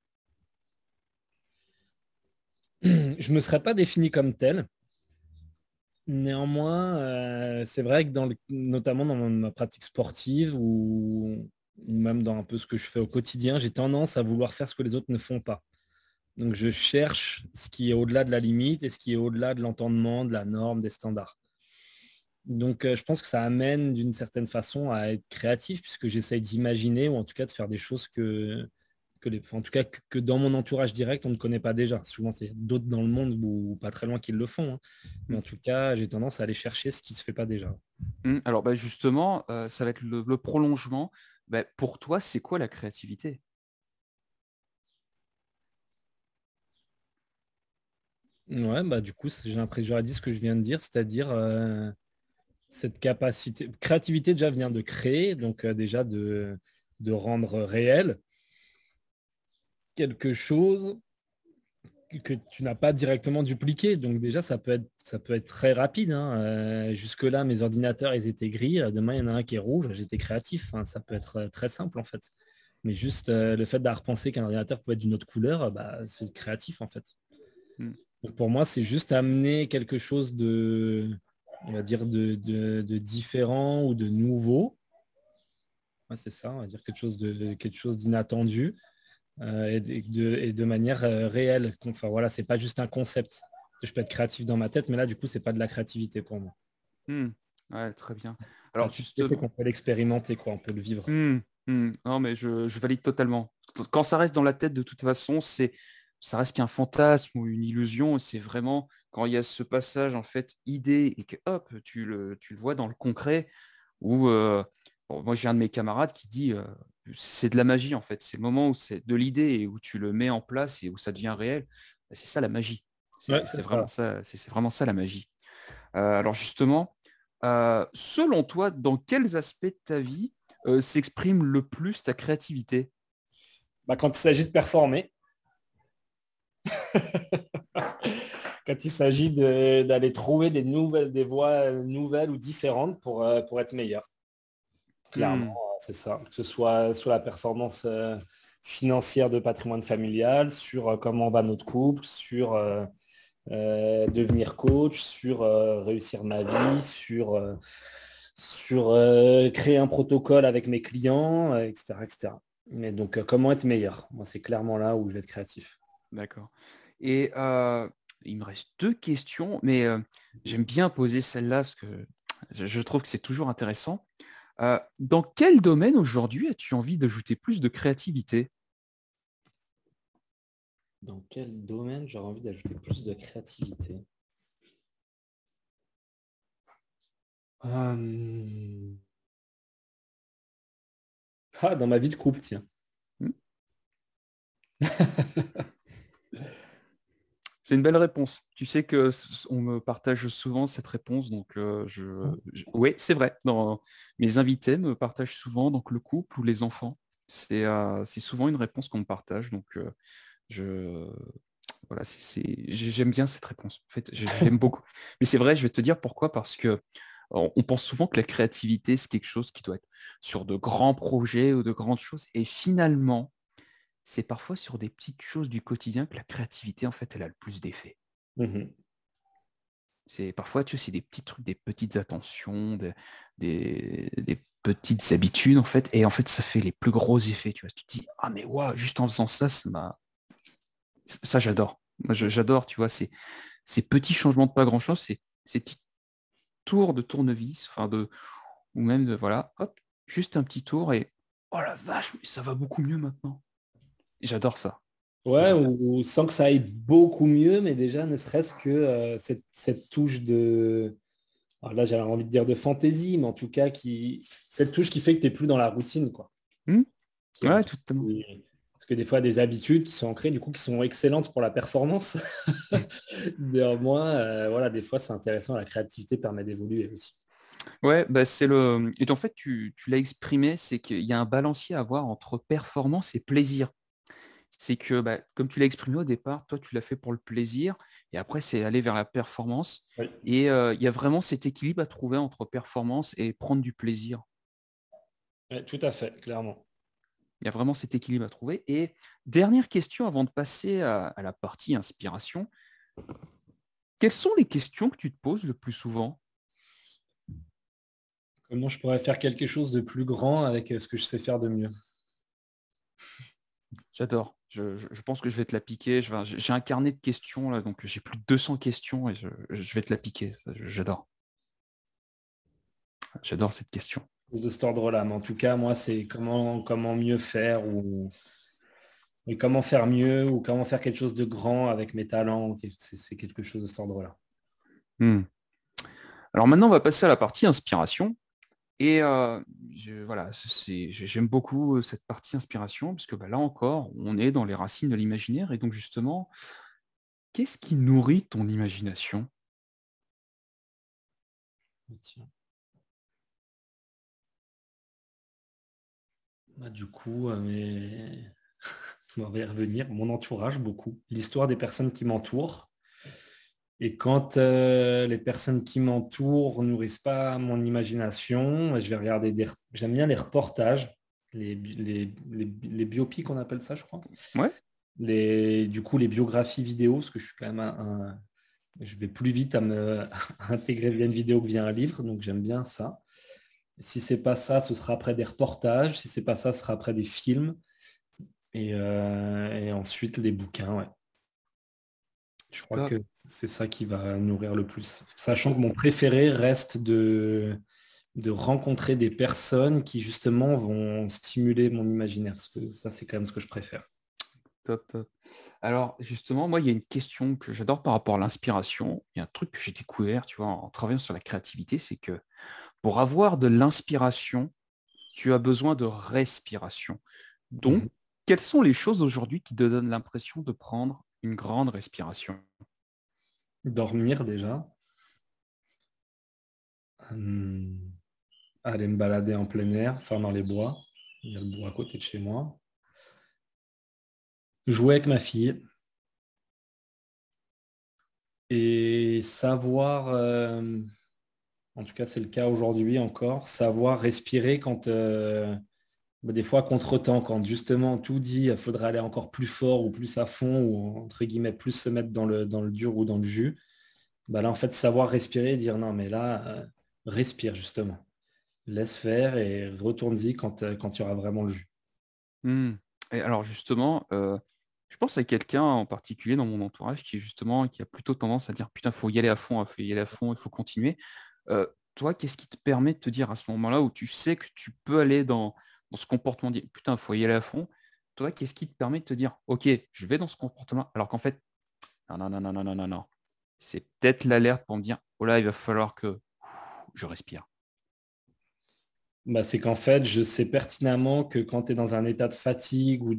A: Je ne me serais pas défini comme tel. Néanmoins, c'est vrai que notamment dans ma pratique sportive ou même dans un peu ce que je fais au quotidien, j'ai tendance à vouloir faire ce que les autres ne font pas. Donc je cherche ce qui est au-delà de la limite et ce qui est au-delà de l'entendement, de la norme, des standards. Donc je pense que ça amène d'une certaine façon à être créatif puisque j'essaye d'imaginer ou en tout cas de faire des choses en tout cas que dans mon entourage direct, on ne connaît pas déjà. Souvent, c'est d'autres dans le monde ou pas très loin qui le font, hein. Mais
C: Hmm.
A: en tout cas, j'ai tendance à aller chercher ce qui ne se fait pas déjà.
C: Alors bah, justement, ça va être le prolongement. Bah, pour toi, c'est quoi la créativité?
A: Ouais, du coup, j'ai l'impression, j'aurais dit ce que je viens de dire, c'est-à-dire cette capacité. Créativité déjà vient de créer, donc déjà de rendre réel quelque chose que tu n'as pas directement dupliqué. Donc déjà, ça peut être très rapide, hein. Jusque-là, mes ordinateurs, ils étaient gris. Demain, il y en a un qui est rouge. J'étais créatif, hein. Ça peut être très simple, en fait. Mais juste le fait d'avoir pensé qu'un ordinateur pouvait être d'une autre couleur, c'est créatif, en fait.
C: Hmm.
A: Donc pour moi, c'est juste amener quelque chose on va dire, de différent ou de nouveau. Ouais, c'est ça, on va dire quelque chose d'inattendu et de manière réelle. Enfin voilà, c'est pas juste un concept. Je peux être créatif dans ma tête, mais là, du coup, c'est pas de la créativité pour moi.
C: Hmm. Ouais, très bien.
A: La
C: Alors
A: créativité, c'est
C: justement,
A: qu'on peut l'expérimenter, quoi, on peut le vivre.
C: Non, mais je valide totalement. Quand ça reste dans la tête, de toute façon, ça reste qu'un fantasme ou une illusion. C'est vraiment quand il y a ce passage, en fait, idée et que hop, tu le vois dans le concret. Où, bon, moi, j'ai un de mes camarades qui dit c'est de la magie, en fait. C'est le moment où c'est de l'idée et où tu le mets en place et où ça devient réel. C'est ça la magie.
A: Ouais, c'est
C: C'est vraiment
A: ça.
C: ça, c'est vraiment ça la magie. Alors justement, selon toi, dans quels aspects de ta vie s'exprime le plus ta créativité?
A: Quand il s'agit de performer, quand il s'agit d'aller trouver des voies nouvelles ou différentes pour être meilleur. Clairement,
C: Hmm.
A: c'est ça. Que ce soit sur la performance financière de patrimoine familial, sur comment va notre couple, sur devenir coach, sur réussir ma vie, sur créer un protocole avec mes clients, etc., etc. Mais donc, comment être meilleur? Moi, c'est clairement là où je vais être créatif.
C: D'accord. Et il me reste 2 questions, mais j'aime bien poser celle-là parce que je trouve que c'est toujours intéressant. Dans quel domaine aujourd'hui as-tu envie d'ajouter plus de créativité?
A: Dans quel domaine j'aurais envie d'ajouter plus de créativité? Euh, Ah, dans ma vie de couple, tiens.
C: Hmm. C'est une belle réponse. Tu sais que on me partage souvent cette réponse, donc oui, c'est vrai. Mes invités me partagent souvent donc le couple ou les enfants. C'est souvent une réponse qu'on me partage, donc je voilà, j'aime bien cette réponse. En fait, je l'aime beaucoup. Mais c'est vrai, je vais te dire pourquoi, parce que on pense souvent que la créativité, c'est quelque chose qui doit être sur de grands projets ou de grandes choses, et finalement, c'est parfois sur des petites choses du quotidien que la créativité, en fait, elle a le plus d'effet.
A: Mhm.
C: C'est parfois, tu vois, c'est des petits trucs, des petites attentions, des petites habitudes, en fait, et en fait, ça fait les plus gros effets, tu vois. Tu te dis, ah mais waouh, juste en faisant ça, ça j'adore. Moi, j'adore, tu vois, ces petits changements de pas grand-chose, ces petits tours de tournevis, ou même voilà, hop, juste un petit tour et oh la vache, mais ça va beaucoup mieux maintenant. J'adore ça.
A: Ouais,
C: J'adore.
A: ou sans que ça aille beaucoup mieux, mais déjà, ne serait-ce que cette touche de... Alors là, j'avais envie de dire de fantaisie, mais en tout cas, cette touche qui fait que tu n'es plus dans la routine, quoi.
C: Hmm.
A: Qui est un
C: Ouais,
A: peu-
C: totalement.
A: Parce que des fois, des habitudes qui sont ancrées, du coup, qui sont excellentes pour la performance. Néanmoins, voilà, des fois, c'est intéressant. La créativité permet d'évoluer aussi.
C: Ouais, bah et en fait, tu l'as exprimé, c'est qu'il y a un balancier à avoir entre performance et plaisir. C'est que, bah, comme tu l'as exprimé au départ, toi, tu l'as fait pour le plaisir, et après, c'est aller vers la performance.
A: Oui.
C: Et il y a vraiment cet équilibre à trouver entre performance et prendre du plaisir.
A: Ouais, tout à fait, clairement.
C: Il y a vraiment cet équilibre à trouver. Et dernière question avant de passer à la partie inspiration. Quelles sont les questions que tu te poses le plus souvent?
A: Comment je pourrais faire quelque chose de plus grand avec ce que je sais faire de mieux?
C: J'adore. Je pense que je vais te la piquer. J'ai un carnet de questions là, donc j'ai plus de 200 questions et je vais te la piquer. J'adore. J'adore cette question.
A: De cet ordre-là. Mais en tout cas, moi, c'est comment mieux faire et comment faire mieux ou comment faire quelque chose de grand avec mes talents. C'est quelque chose de cet ordre-là.
C: Hmm. Alors maintenant, on va passer à la partie inspiration. Et voilà, j'aime beaucoup cette partie inspiration, parce que bah, là encore, on est dans les racines de l'imaginaire. Et donc justement, qu'est-ce qui nourrit ton imagination?
A: Tiens. Bah, du coup, on va y revenir. Mon entourage, beaucoup. L'histoire des personnes qui m'entourent. Et quand les personnes qui m'entourent nourrissent pas mon imagination, je vais regarder J'aime bien les reportages, les biopics, on appelle ça, je crois.
C: Ouais,
A: Du coup, les biographies vidéo, parce que je suis quand même je vais plus vite à intégrer via une vidéo que via un livre, donc j'aime bien ça. Si c'est pas ça, ce sera après des reportages. Si c'est pas ça, ce sera après des films. Et ensuite, les bouquins, ouais. Je crois
C: top.
A: que c'est ça qui va nourrir le plus. Sachant que mon préféré reste de rencontrer des personnes qui, justement, vont stimuler mon imaginaire. Parce que ça, c'est quand même ce que je préfère.
C: Top, top. Alors, justement, moi, il y a une question que j'adore par rapport à l'inspiration. Il y a un truc que j'ai découvert, tu vois, en travaillant sur la créativité, c'est que pour avoir de l'inspiration, tu as besoin de respiration. Donc,
A: Mhm.
C: quelles sont les choses aujourd'hui qui te donnent l'impression de prendre une grande respiration?
A: Dormir, déjà. Hum, Aller me balader en plein air, enfin dans les bois. Il y a le bois à côté de chez moi. Jouer avec ma fille. Et savoir, en tout cas c'est le cas aujourd'hui encore, savoir respirer quand, des fois contre-temps, quand justement tout dit, il faudrait aller encore plus fort ou plus à fond, ou entre guillemets plus se mettre dans le dur ou dans le jus. Bah là, en fait, savoir respirer et dire non, mais là, respire justement. Laisse faire et retourne-y quand il y aura vraiment le jus.
C: Hmm. Et alors justement, je pense à quelqu'un en particulier dans mon entourage qui a plutôt tendance à dire putain, faut y aller à fond, faut y aller à fond, il faut continuer. Euh, Toi, qu'est-ce qui te permet de te dire à ce moment-là où tu sais que tu peux aller dans ce comportement, dit putain, faut y aller à fond. Toi, qu'est-ce qui te permet de te dire ok, je vais dans ce comportement, alors qu'en fait, non, non, non, non, non, non, non, non. C'est peut-être l'alerte pour me dire oh là, il va falloir que je respire.
A: Bah, c'est qu'en fait, je sais pertinemment que quand tu es dans un état de fatigue ou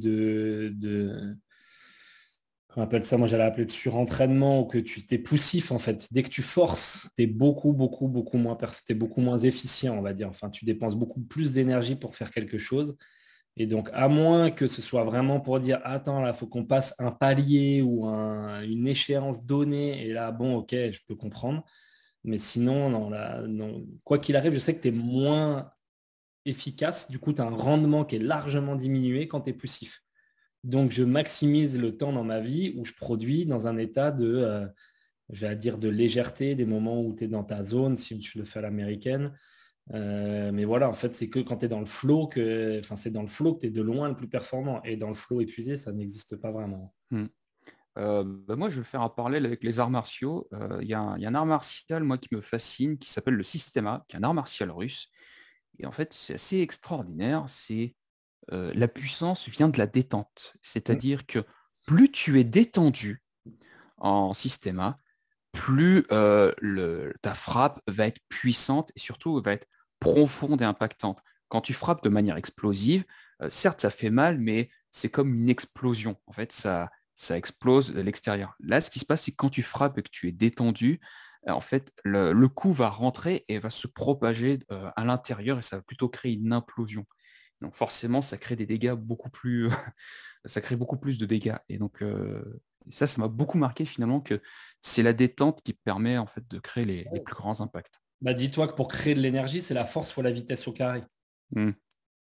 A: on appelle ça, moi j'allais appeler de surentraînement, ou que tu t'es poussif en fait. Dès que tu forces, tu es beaucoup, beaucoup, beaucoup moins, t'es beaucoup moins efficient, on va dire. Enfin, tu dépenses beaucoup plus d'énergie pour faire quelque chose. Et donc, à moins que ce soit vraiment pour dire, attends, là, il faut qu'on passe un palier ou une échéance donnée, et là, bon, ok, je peux comprendre. Mais sinon, non, là, non. Quoi qu'il arrive, je sais que tu es moins efficace. Du coup, tu as un rendement qui est largement diminué quand tu es poussif. Donc, je maximise le temps dans ma vie où je produis dans un état je vais dire, de légèreté, des moments où tu es dans ta zone, si tu le fais à l'américaine. Mais voilà, en fait, c'est que quand tu es dans le flow c'est dans le flow que tu es de loin le plus performant. Et dans le flow épuisé, ça n'existe pas vraiment.
C: Hmm. Moi, je vais faire un parallèle avec les arts martiaux. Il y a un art martial, moi, qui me fascine, qui s'appelle le Systema, qui est un art martial russe. Et en fait, c'est assez extraordinaire. La puissance vient de la détente.
A: Mm.
C: C'est-à-dire que plus tu es détendu en Systema, plus ta frappe va être puissante et surtout va être profonde et impactante. Quand tu frappes de manière explosive, certes, ça fait mal, mais c'est comme une explosion. En fait, ça explose de l'extérieur. Là, ce qui se passe, c'est que quand tu frappes et que tu es détendu, en fait, le coup va rentrer et va se propager à l'intérieur et ça va plutôt créer une implosion. Donc forcément, ça crée des dégâts beaucoup plus, ça crée beaucoup plus de dégâts. Et donc ça m'a beaucoup marqué finalement que c'est la détente qui permet en fait de créer les plus grands impacts.
A: Bah, dis-toi que pour créer de l'énergie, c'est la force fois la vitesse au carré.
C: Mm.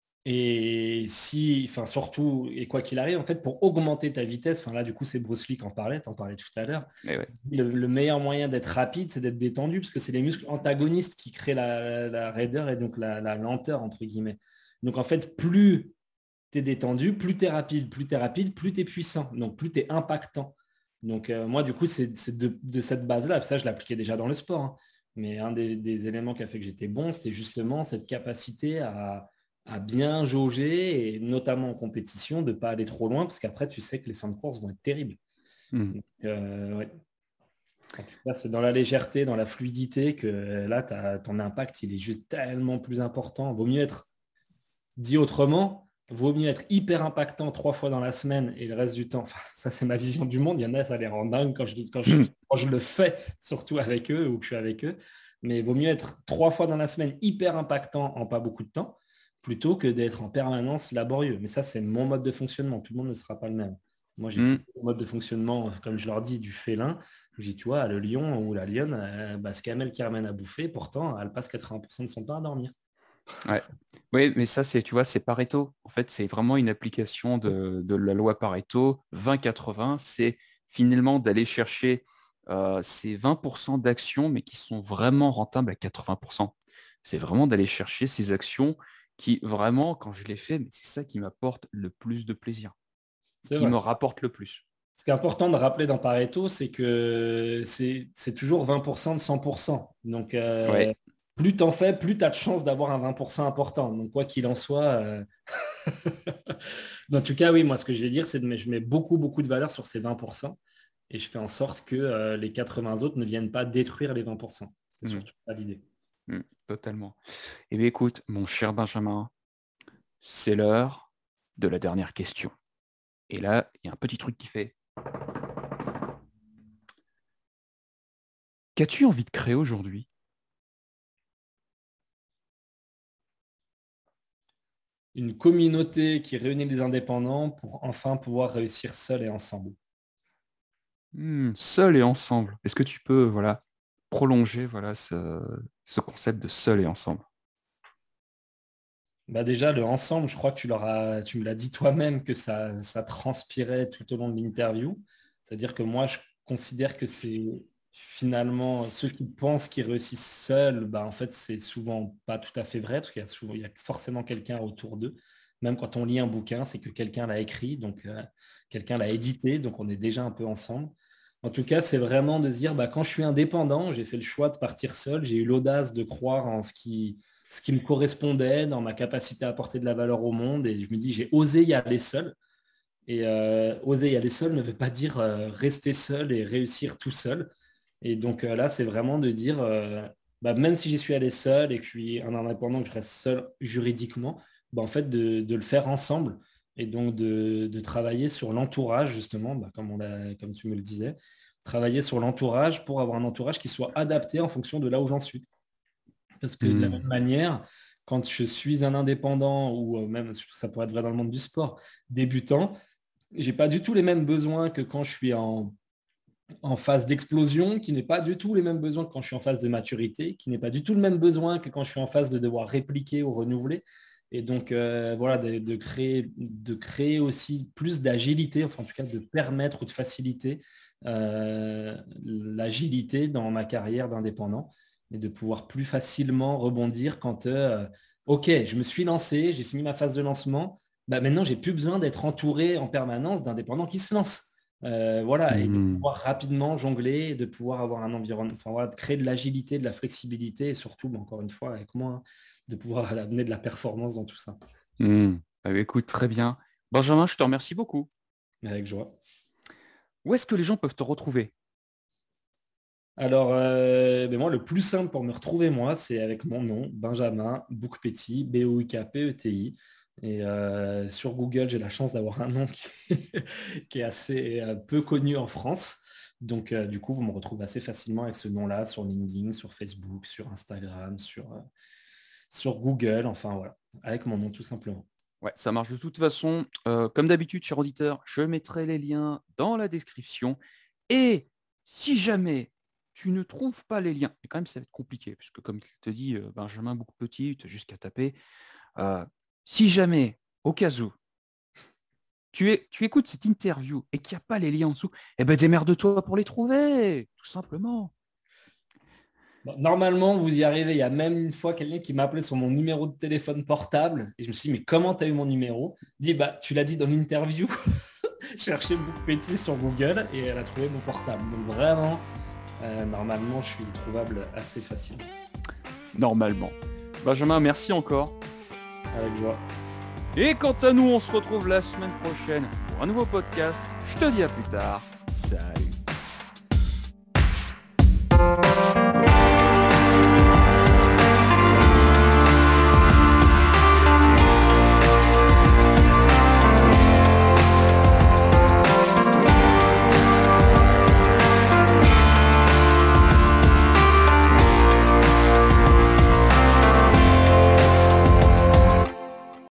A: Et si, enfin surtout, et quoi qu'il arrive, en fait, pour augmenter ta vitesse, enfin là du coup c'est Bruce Lee qui en parlait, t'en parlais tout à l'heure,
C: Mais ouais.
A: le meilleur moyen d'être rapide, c'est d'être détendu, parce que c'est les muscles antagonistes qui créent la raideur et donc la lenteur, entre guillemets. Donc en fait, plus tu es détendu, plus tu es rapide, plus tu es rapide, plus tu es puissant, donc plus tu es impactant. Donc moi, du coup, c'est de cette base-là, ça je l'appliquais déjà dans le sport, hein. Mais un des éléments qui a fait que j'étais bon, c'était justement cette capacité à bien jauger, et notamment en compétition, de ne pas aller trop loin, parce qu'après, tu sais que les fins de course vont être terribles.
C: Mm.
A: Donc, ouais. En tout cas, c'est dans la légèreté, dans la fluidité que là, ton impact, il est juste tellement plus important. Vaut mieux être dit autrement, vaut mieux être hyper impactant 3 fois dans la semaine et le reste du temps. Enfin, ça, c'est ma vision du monde. Il y en a, ça les rend dingue quand je le fais, surtout avec eux ou que je suis avec eux. Mais il vaut mieux être 3 fois dans la semaine hyper impactant en pas beaucoup de temps plutôt que d'être en permanence laborieux. Mais ça, c'est mon mode de fonctionnement. Tout le monde ne sera pas le même. Moi, j'ai
C: Mm.
A: plutôt le mode de fonctionnement, comme je leur dis, du félin. Je dis, tu vois, le lion ou la lionne, c'est Kamel qui ramène à bouffer. Pourtant, elle passe 80% de son temps à dormir.
C: Ouais. Oui, mais ça, c'est, tu vois, c'est Pareto. En fait, c'est vraiment une application de la loi Pareto 20-80. C'est finalement d'aller chercher ces 20% d'actions, mais qui sont vraiment rentables à 80%. C'est vraiment d'aller chercher ces actions qui, vraiment, quand je les fais, mais c'est ça qui m'apporte le plus de plaisir,
A: C'est
C: qui me
A: vrai.
C: rapporte le plus.
A: Ce qui est important de rappeler dans Pareto, c'est que c'est toujours 20% de 100%. Donc,
C: Ouais.
A: plus tu en fais, plus tu as de chances d'avoir un 20% important. Donc, quoi qu'il en soit, en tout cas, oui, moi, ce que je vais dire, c'est que je mets beaucoup, beaucoup de valeur sur ces 20% et je fais en sorte que les 80 autres ne viennent pas détruire les 20%. C'est
C: Mm,
A: surtout ça l'idée.
C: totalement. Eh bien, écoute, mon cher Benjamin, c'est l'heure de la dernière question. Et là, il y a un petit truc qui fait. Qu'as-tu envie de créer aujourd'hui?
A: Une communauté qui réunit les indépendants pour enfin pouvoir réussir seuls et ensemble.
C: Seul et ensemble. Est-ce que tu peux prolonger ce concept de seul et ensemble?
A: Bah déjà, le ensemble, je crois que tu me l'as dit toi-même que ça transpirait tout au long de l'interview. C'est-à-dire que moi, je considère que c'est finalement ceux qui pensent qu'ils réussissent seuls, bah, en fait, c'est souvent pas tout à fait vrai, parce il y a forcément quelqu'un autour d'eux. Même quand on lit un bouquin, c'est que quelqu'un l'a écrit, donc quelqu'un l'a édité, donc on est déjà un peu ensemble. En tout cas, c'est vraiment de se dire, bah, quand je suis indépendant, j'ai fait le choix de partir seul, j'ai eu l'audace de croire en ce qui me correspondait, dans ma capacité à apporter de la valeur au monde. Et je me dis, j'ai osé y aller seul. Et oser y aller seul ne veut pas dire rester seul et réussir tout seul. Et donc là, c'est vraiment de dire, bah, même si j'y suis allé seul et que je suis un indépendant, que je reste seul juridiquement, bah, en fait, de le faire ensemble. Et donc de travailler sur l'entourage, justement, bah, comme tu me le disais, travailler sur l'entourage pour avoir un entourage qui soit adapté en fonction de là où j'en suis. Parce que de la même
C: Hmm.
A: manière, quand je suis un indépendant, ou même ça pourrait être vrai dans le monde du sport, débutant, j'ai pas du tout les mêmes besoins que quand je suis en phase d'explosion, qui n'est pas du tout les mêmes besoins que quand je suis en phase de maturité, qui n'est pas du tout le même besoin que quand je suis en phase de devoir répliquer ou renouveler. Et donc, voilà, de créer aussi plus d'agilité, enfin en tout cas de permettre ou de faciliter l'agilité dans ma carrière d'indépendant et de pouvoir plus facilement rebondir quand, OK, je me suis lancé, j'ai fini ma phase de lancement, bah, maintenant, j'ai plus besoin d'être entouré en permanence d'indépendants qui se lancent. Voilà, et de
C: Hmm.
A: pouvoir rapidement jongler, et de pouvoir avoir un environnement, enfin voilà, de créer de l'agilité, de la flexibilité, et surtout, bah, encore une fois, avec moi, hein, de pouvoir amener de la performance dans tout ça.
C: Hmm. Écoute, très bien. Benjamin, je te remercie beaucoup.
A: Avec joie.
C: Où est-ce que les gens peuvent te retrouver?
A: Alors, ben moi, le plus simple pour me retrouver, moi, c'est avec mon nom, Benjamin Boukpeti, Boukpeti. Et sur Google, j'ai la chance d'avoir un nom qui est assez peu connu en France. Donc, du coup, vous me retrouvez assez facilement avec ce nom-là sur LinkedIn, sur Facebook, sur Instagram, sur Google, enfin voilà, avec mon nom tout simplement.
C: Ouais, ça marche de toute façon. Comme d'habitude, cher auditeur, je mettrai les liens dans la description. Et si jamais tu ne trouves pas les liens, et quand même ça va être compliqué, puisque comme il te dit, Benjamin Boukpeti, tu as juste qu'à taper. Euh, Si jamais, au cas où, tu écoutes cette interview et qu'il n'y a pas les liens en dessous, eh ben démerde-toi pour les trouver, tout simplement.
A: Bon, normalement, vous y arrivez. Il y a même une fois quelqu'un qui m'a appelé sur mon numéro de téléphone portable. Et je me suis dit, mais comment tu as eu mon numéro? Il dit, bah, tu l'as dit dans l'interview. Cherchez Bookpeti sur Google et elle a trouvé mon portable. Donc vraiment, normalement, je suis trouvable assez facilement.
C: Normalement. Benjamin, merci encore.
A: Avec joie.
C: Et quant à nous, on se retrouve la semaine prochaine pour un nouveau podcast. Je te dis à plus tard. Salut.